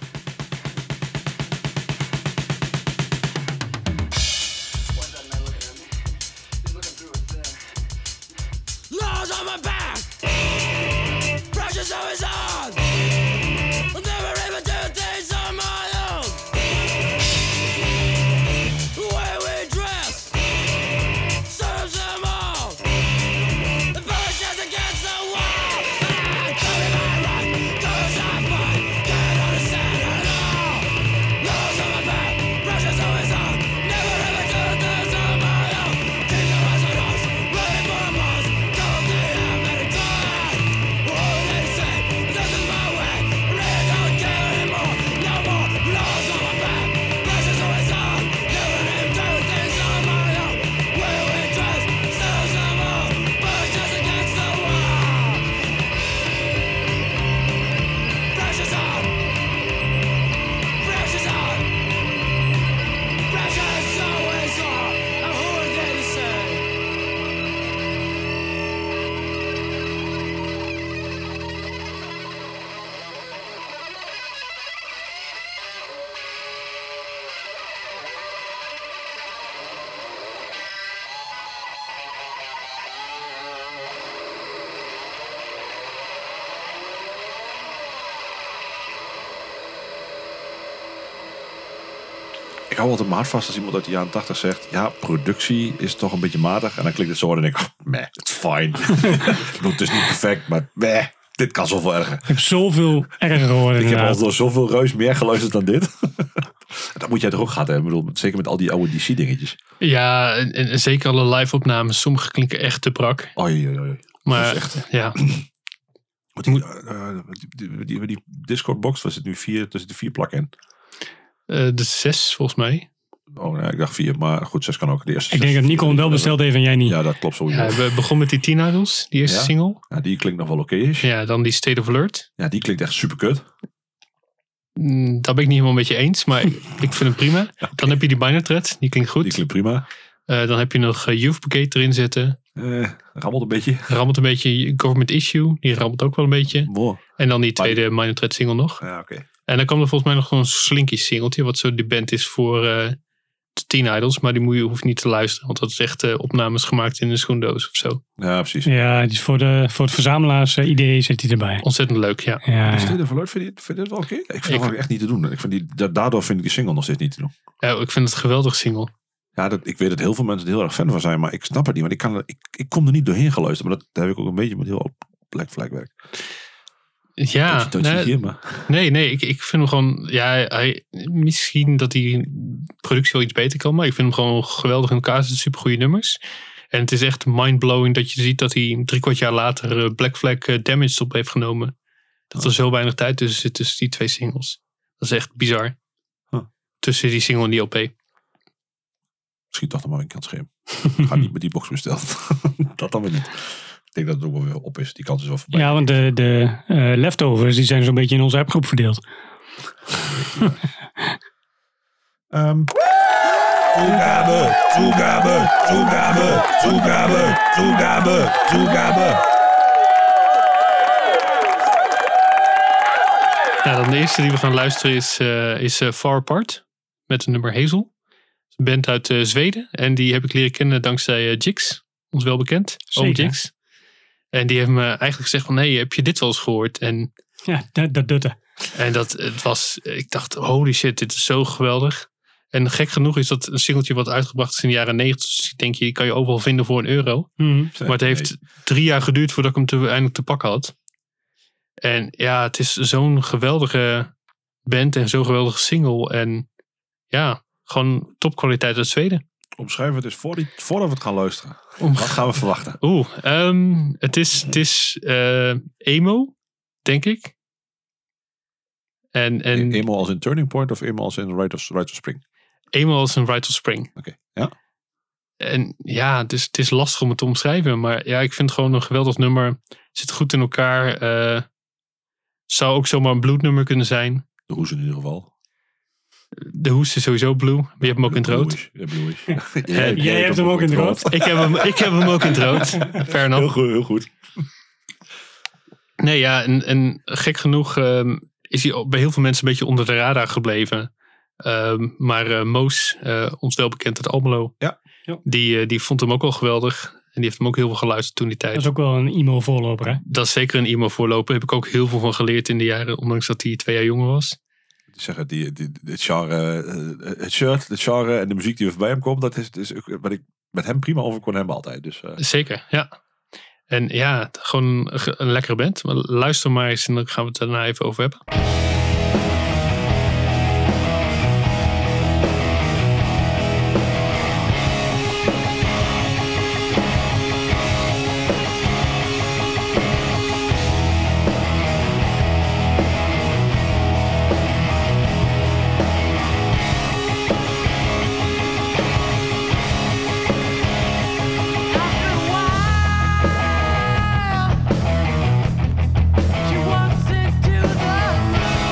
Ik hou altijd maat vast als iemand uit de jaren tachtig zegt... ja, productie is toch een beetje matig. En dan klinkt het zo en dan denk ik... oh, meh, it's fine. Ik bedoel, het is niet perfect, maar meh, dit kan zoveel erger. Ik heb zoveel erger gehoord. Ik heb al door zoveel reus meer geluisterd dan dit. Dat moet jij toch ook gehad hebben. Ik bedoel, zeker met al die oude D C dingetjes. Ja, en, en zeker alle live opnames. Sommige klinken echt te brak. Oei, oei, oei. Maar echt, ja... Die, uh, die, die, die, die Discord box, was het nu vier, er zitten vier plakken in. Uh, de zes volgens mij. Oh nee, ik dacht vier, maar goed, zes kan ook. De eerste ik denk dat Nico hem wel besteld heeft en jij niet. Ja, dat klopt sowieso. Ja, we begonnen met die Teen Idols, die eerste ja? single. Ja, die klinkt nog wel oké is. Ja, dan die State of Alert. Ja, die klinkt echt super kut. Mm, daar ben ik niet helemaal met je eens, maar ik vind hem prima. Ja, okay. Dan heb je die Binary Thread, die klinkt goed. Die klinkt prima. Uh, dan heb je nog uh, Youth Brigade erin zitten. Uh, rammelt een beetje. Rammelt een beetje. Government Issue, die rammelt ook wel een beetje. Wow. En dan die tweede Minor Threat single nog. Ja, oké. Okay. En dan kwam er volgens mij nog een Slinky singeltje, wat zo de band is voor uh, de Teen Idols. Maar die moet je, hoeft niet te luisteren, want dat is echt uh, opnames gemaakt in een schoendoos of zo. Ja, precies. Ja, die is voor, de, voor het verzamelaars uh, idee zit hij erbij. Ontzettend leuk, ja. Ja, Is ja. dit even leuk? Vind je, vind je dit wel oké? Ik vind Ik- het ook echt niet te doen. Ik vind die, da- daardoor vind ik die single nog steeds niet te doen. ja. Ik vind het een geweldig single. Ja, dat, ik weet dat heel veel mensen er heel erg fan van zijn, maar ik snap het niet. Want ik, kan er, ik, ik kom er niet doorheen geluisterd. Maar dat, dat heb ik ook een beetje met heel Black Flag werk. Ja, dat, dat nee, zie je hier, maar... nee, nee ik, ik vind hem gewoon... Ja, hij, misschien dat die productie wel iets beter kan, maar ik vind hem gewoon geweldig in elkaar. Het zijn supergoeie nummers. En het is echt mindblowing dat je ziet dat hij drie kwart jaar later uh, Black Flag uh, Damaged op heeft genomen. Dat er zo weinig tijd tussen zit tussen die twee singles. Dat is echt bizar. Huh. Tussen die single en die L P. Misschien toch nog maar een kans geven. Ga niet met die box besteld. Dat dan weer niet. Ik denk dat het ook wel weer op is. Die kans is wel voorbij. Ja, want de, de uh, leftovers die zijn zo'n beetje in onze appgroep verdeeld. Um, toegabe, toegabe, toegabe, toegabe, toegabe, toegabe. Ja, dan de eerste die we gaan luisteren is, uh, is uh, Far Apart. Met een nummer Hazel. Een band uit uh, Zweden. En die heb ik leren kennen dankzij uh, Jix. Ons wel bekend. Oom Zeker. Jix. En die heeft me eigenlijk gezegd van... Hey, heb je dit wel eens gehoord? En, Ja, dat, dat doet er. en dat het was... Ik dacht, holy shit, dit is zo geweldig. En gek genoeg is dat een singeltje wat uitgebracht is in de jaren negentig. Dus ik denk, je die kan je overal vinden voor een euro. Mhm. Maar het heeft drie jaar geduurd voordat ik hem te, eindelijk te pakken had. En ja, het is zo'n geweldige band en zo'n geweldige single. En ja, gewoon topkwaliteit uit Zweden. Omschrijven het is voor die, voordat we het gaan luisteren. Om- Wat gaan we verwachten? Oeh, ehm, het is, het is uh, emo, denk ik. En, en Eenmaal als in Turning Point of eenmaal als in Rite of, Rite of Spring? emo als een Rite of Spring. Oké, ja. En ja, het is, het is lastig om het te omschrijven. Maar ja, ik vind het gewoon een geweldig nummer. Het zit goed in elkaar. Uh, zou ook zomaar een bloednummer kunnen zijn. De hoes in ieder geval. De hoes is sowieso blue. Maar je hebt hem ook in het rood. Bluish. Ja, bluish. Jij- jij hebt hem ook in het rood. Ik heb hem, ik heb hem ook in het rood. Fair enough. Heel goed, heel goed. Nee, ja, en, en gek genoeg um, is hij ook bij heel veel mensen een beetje onder de radar gebleven. Um, maar uh, Moos, uh, ons wel bekend uit Almelo, Ja. Ja. Die, uh, die vond hem ook wel geweldig. En die heeft hem ook heel veel geluisterd toen die tijd. Dat is ook wel een emo-voorloper, hè? Dat is zeker een emo voorloper. Heb ik ook heel veel van geleerd in de jaren, ondanks dat hij twee jaar jonger was. Die zeggen, die, die, het genre, uh, het shirt, het genre en de muziek die voorbij hem komt, dat is, is ook wat ik met hem prima over kon hebben altijd. Dus, uh, Zeker, ja. En ja, gewoon een, een lekkere band. Maar luister maar eens en dan gaan we het daarna even over hebben. She walks into the room.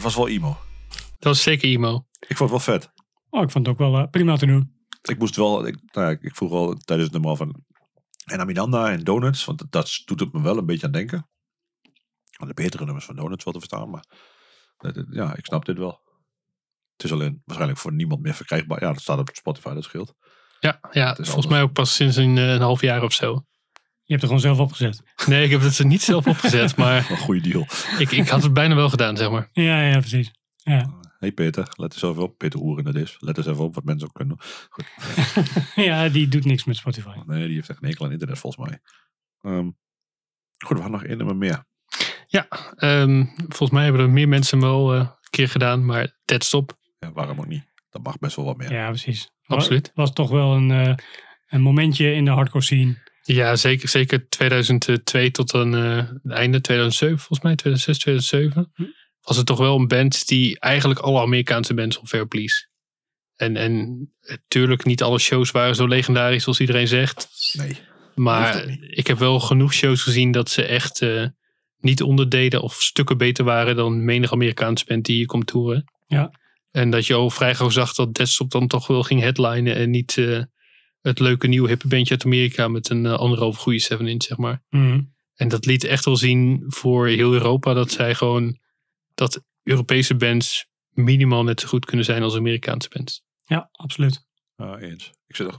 was wel emo. Dat was zeker emo. Ik vond het wel vet. Oh, ik vond het ook wel uh, prima te doen. Ik moest wel, ik, nou ja, ik vroeg wel tijdens het nummer al van en Aminanda en Donuts, want dat, dat doet het me wel een beetje aan denken. Aan de betere nummers van Donuts wel te verstaan, maar dat, ja, ik snap dit wel. Het is alleen waarschijnlijk voor niemand meer verkrijgbaar. Ja, dat staat op Spotify, dat scheelt. Ja, ja is volgens anders. mij ook pas sinds een, een half jaar of zo. Je hebt er gewoon zelf opgezet. Nee, ik heb het er niet zelf opgezet, maar Een goede deal. ik, ik had het bijna wel gedaan, zeg maar. Ja, ja, precies. Ja, Hey Peter, let eens even op. Peter Oer in het is. Let eens even op wat mensen ook kunnen doen. Goed. ja die doet niks met Spotify. Nee, die heeft echt een hekel aan internet volgens mij. Um, goed, we gaan nog één nummer meer. Ja, um, volgens mij hebben er meer mensen wel uh, een keer gedaan, maar Dead Stop. Ja, waarom ook niet? Dat mag best wel wat meer. Ja, precies. Absoluut. Was, was toch wel een, uh, een momentje in de hardcore scene. Ja, zeker, zeker tweeduizend twee tot aan uh, het einde tweeduizend zeven, volgens mij, tweeduizend zes, tweeduizend zeven. Hm. Was het toch wel een band die eigenlijk alle Amerikaanse bands omverblies. En, en natuurlijk niet alle shows waren zo legendarisch als iedereen zegt. Nee. Maar ik heb wel genoeg shows gezien dat ze echt uh, niet onderdeden of stukken beter waren dan menig Amerikaanse band die hier komt toeren. Ja. En dat je al vrij gauw zag dat Dead Stop dan toch wel ging headlinen en niet uh, het leuke nieuwe hippe bandje uit Amerika met een uh, anderhalf goede seven inch, zeg maar. Mm-hmm. En dat liet echt wel zien voor heel Europa dat zij gewoon dat Europese bands minimaal net zo goed kunnen zijn als Amerikaanse bands. Ja, absoluut. Ja, eens. Ik, zeg,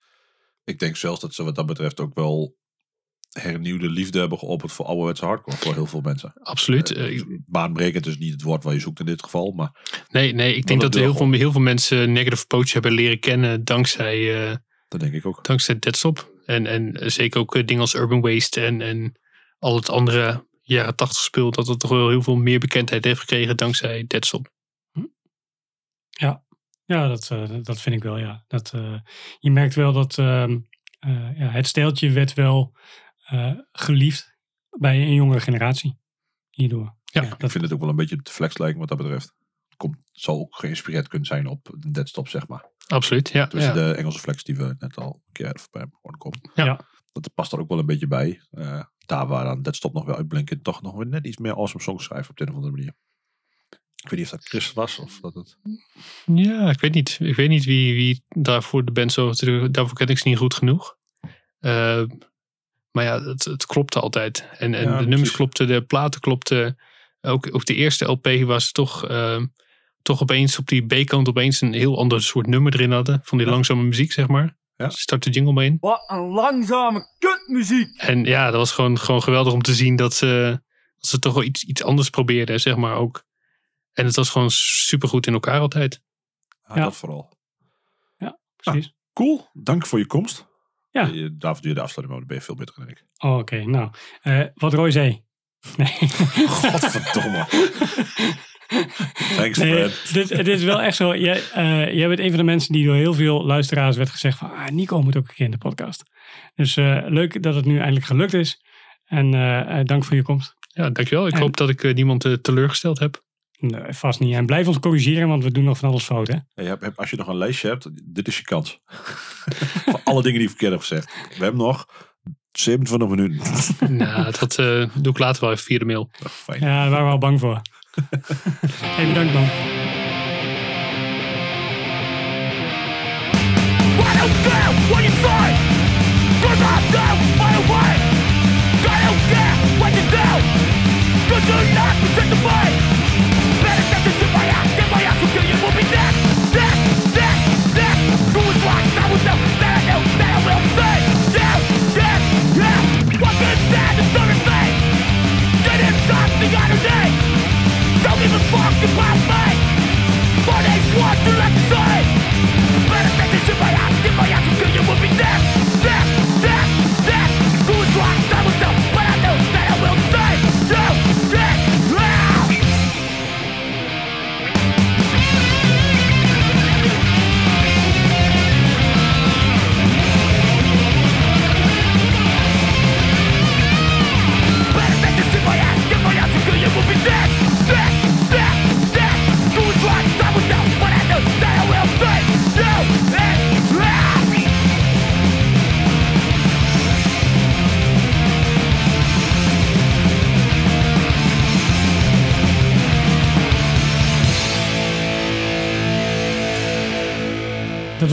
ik denk zelfs dat ze wat dat betreft ook wel hernieuwde liefde hebben geopend voor ouderwetse hardcore voor heel veel mensen. Absoluut. Uh, baanbrekend is niet het woord waar je zoekt in dit geval, maar... Nee, nee ik denk dat, dat heel, veel, heel veel mensen Negative Approach hebben leren kennen dankzij... Uh, dat denk ik ook. Dankzij Dead Stop. En, en zeker ook uh, dingen als Urban Waste en, en al het andere jaren tachtig spul, dat het toch wel heel veel meer bekendheid heeft gekregen dankzij Dead Stop. Ja, ja dat, uh, dat vind ik wel, ja. Dat, uh, je merkt wel dat uh, uh, ja, het stijltje werd wel uh, geliefd bij een jongere generatie hierdoor. Ja, ja ik dat... vind het ook wel een beetje te flex lijken wat dat betreft. Het komt, zal ook geïnspireerd kunnen zijn op Dead Stop, zeg maar. Absoluut, ja. Tussen ja. de Engelse flex die we net al een keer voorbij hebben gewoon komen. Ja. ja. Dat past er ook wel een beetje bij. Uh, daar waar dan Dead Stop nog wel uitblinken, toch nog weer net iets meer awesome songs schrijven op de een of andere manier. Ik weet niet of dat Chris was of dat het... Ja, ik weet niet. Ik weet niet wie, wie daarvoor de band zo... Daarvoor ken ik ze niet goed genoeg. Uh, maar ja, het, het klopte altijd. En, en ja, de nummers klopten, de platen klopten. Ook, ook de eerste L P was toch... Uh, toch opeens op die B-kant opeens een heel ander soort nummer erin hadden. Van die ja. langzame muziek, zeg maar. Ja. Start de jingle maar in. Wat een langzame kutmuziek. En ja, dat was gewoon, gewoon geweldig om te zien dat ze, dat ze toch wel iets, iets anders probeerden, zeg maar ook. En het was gewoon supergoed in elkaar altijd. Ja, ja. Dat vooral. Ja, precies. Ah, cool, dank voor je komst. Ja. Je, daarvoor doe je de afsluiting, maar dan ben je veel beter dan ik. Oh, Oké, okay. nou. Uh, wat Roy zei. Nee. Godverdomme. Thanks, nee, Fred. Dit, dit is wel echt zo. Jij, uh, jij bent een van de mensen die door heel veel luisteraars werd gezegd van ah, Nico moet ook een keer in de podcast. Dus uh, leuk dat het nu eindelijk gelukt is. En uh, uh, dank voor je komst. Ja, dankjewel. Ik en, hoop dat ik uh, niemand uh, teleurgesteld heb. Nee, vast niet. En blijf ons corrigeren, want we doen nog van alles fout, hè? Hey, heb, heb, als je nog een lijstje hebt, dit is je kans. Voor alle dingen die ik verkeerd heb gezegd. We hebben nog zevenentwintig minuten. Nou, dat uh, doe ik later wel even via de mail. Oh, fijn. Ja, daar waren we al bang voor. Hey, bedankt man. I don't care what you say, 'cause I know my way. I don't care what you do, 'cause you're not protecting me. Better get this in my ass, get my ass will kill you, will be next, next, next, next. Who is right, I will know, that I know, that I will say. Yeah, yeah, yeah. What can stand is not a thing. Get inside the other day. Don't give a fuck about me. For they swore to let me say. Better take this in my ass, get my ass will kill you, will be next, next, next, next. Who is right, I will know, but I know that I will say. Yeah, yeah, yeah.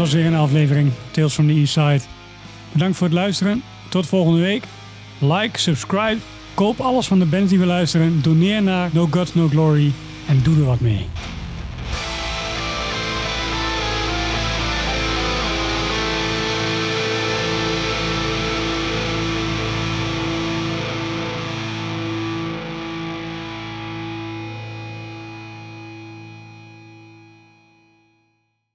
was weer een aflevering Tales from the East Side. Bedankt voor het luisteren. Tot volgende week. Like, subscribe, koop alles van de bands die we luisteren. Doneer naar No Gods, No Glory en doe er wat mee.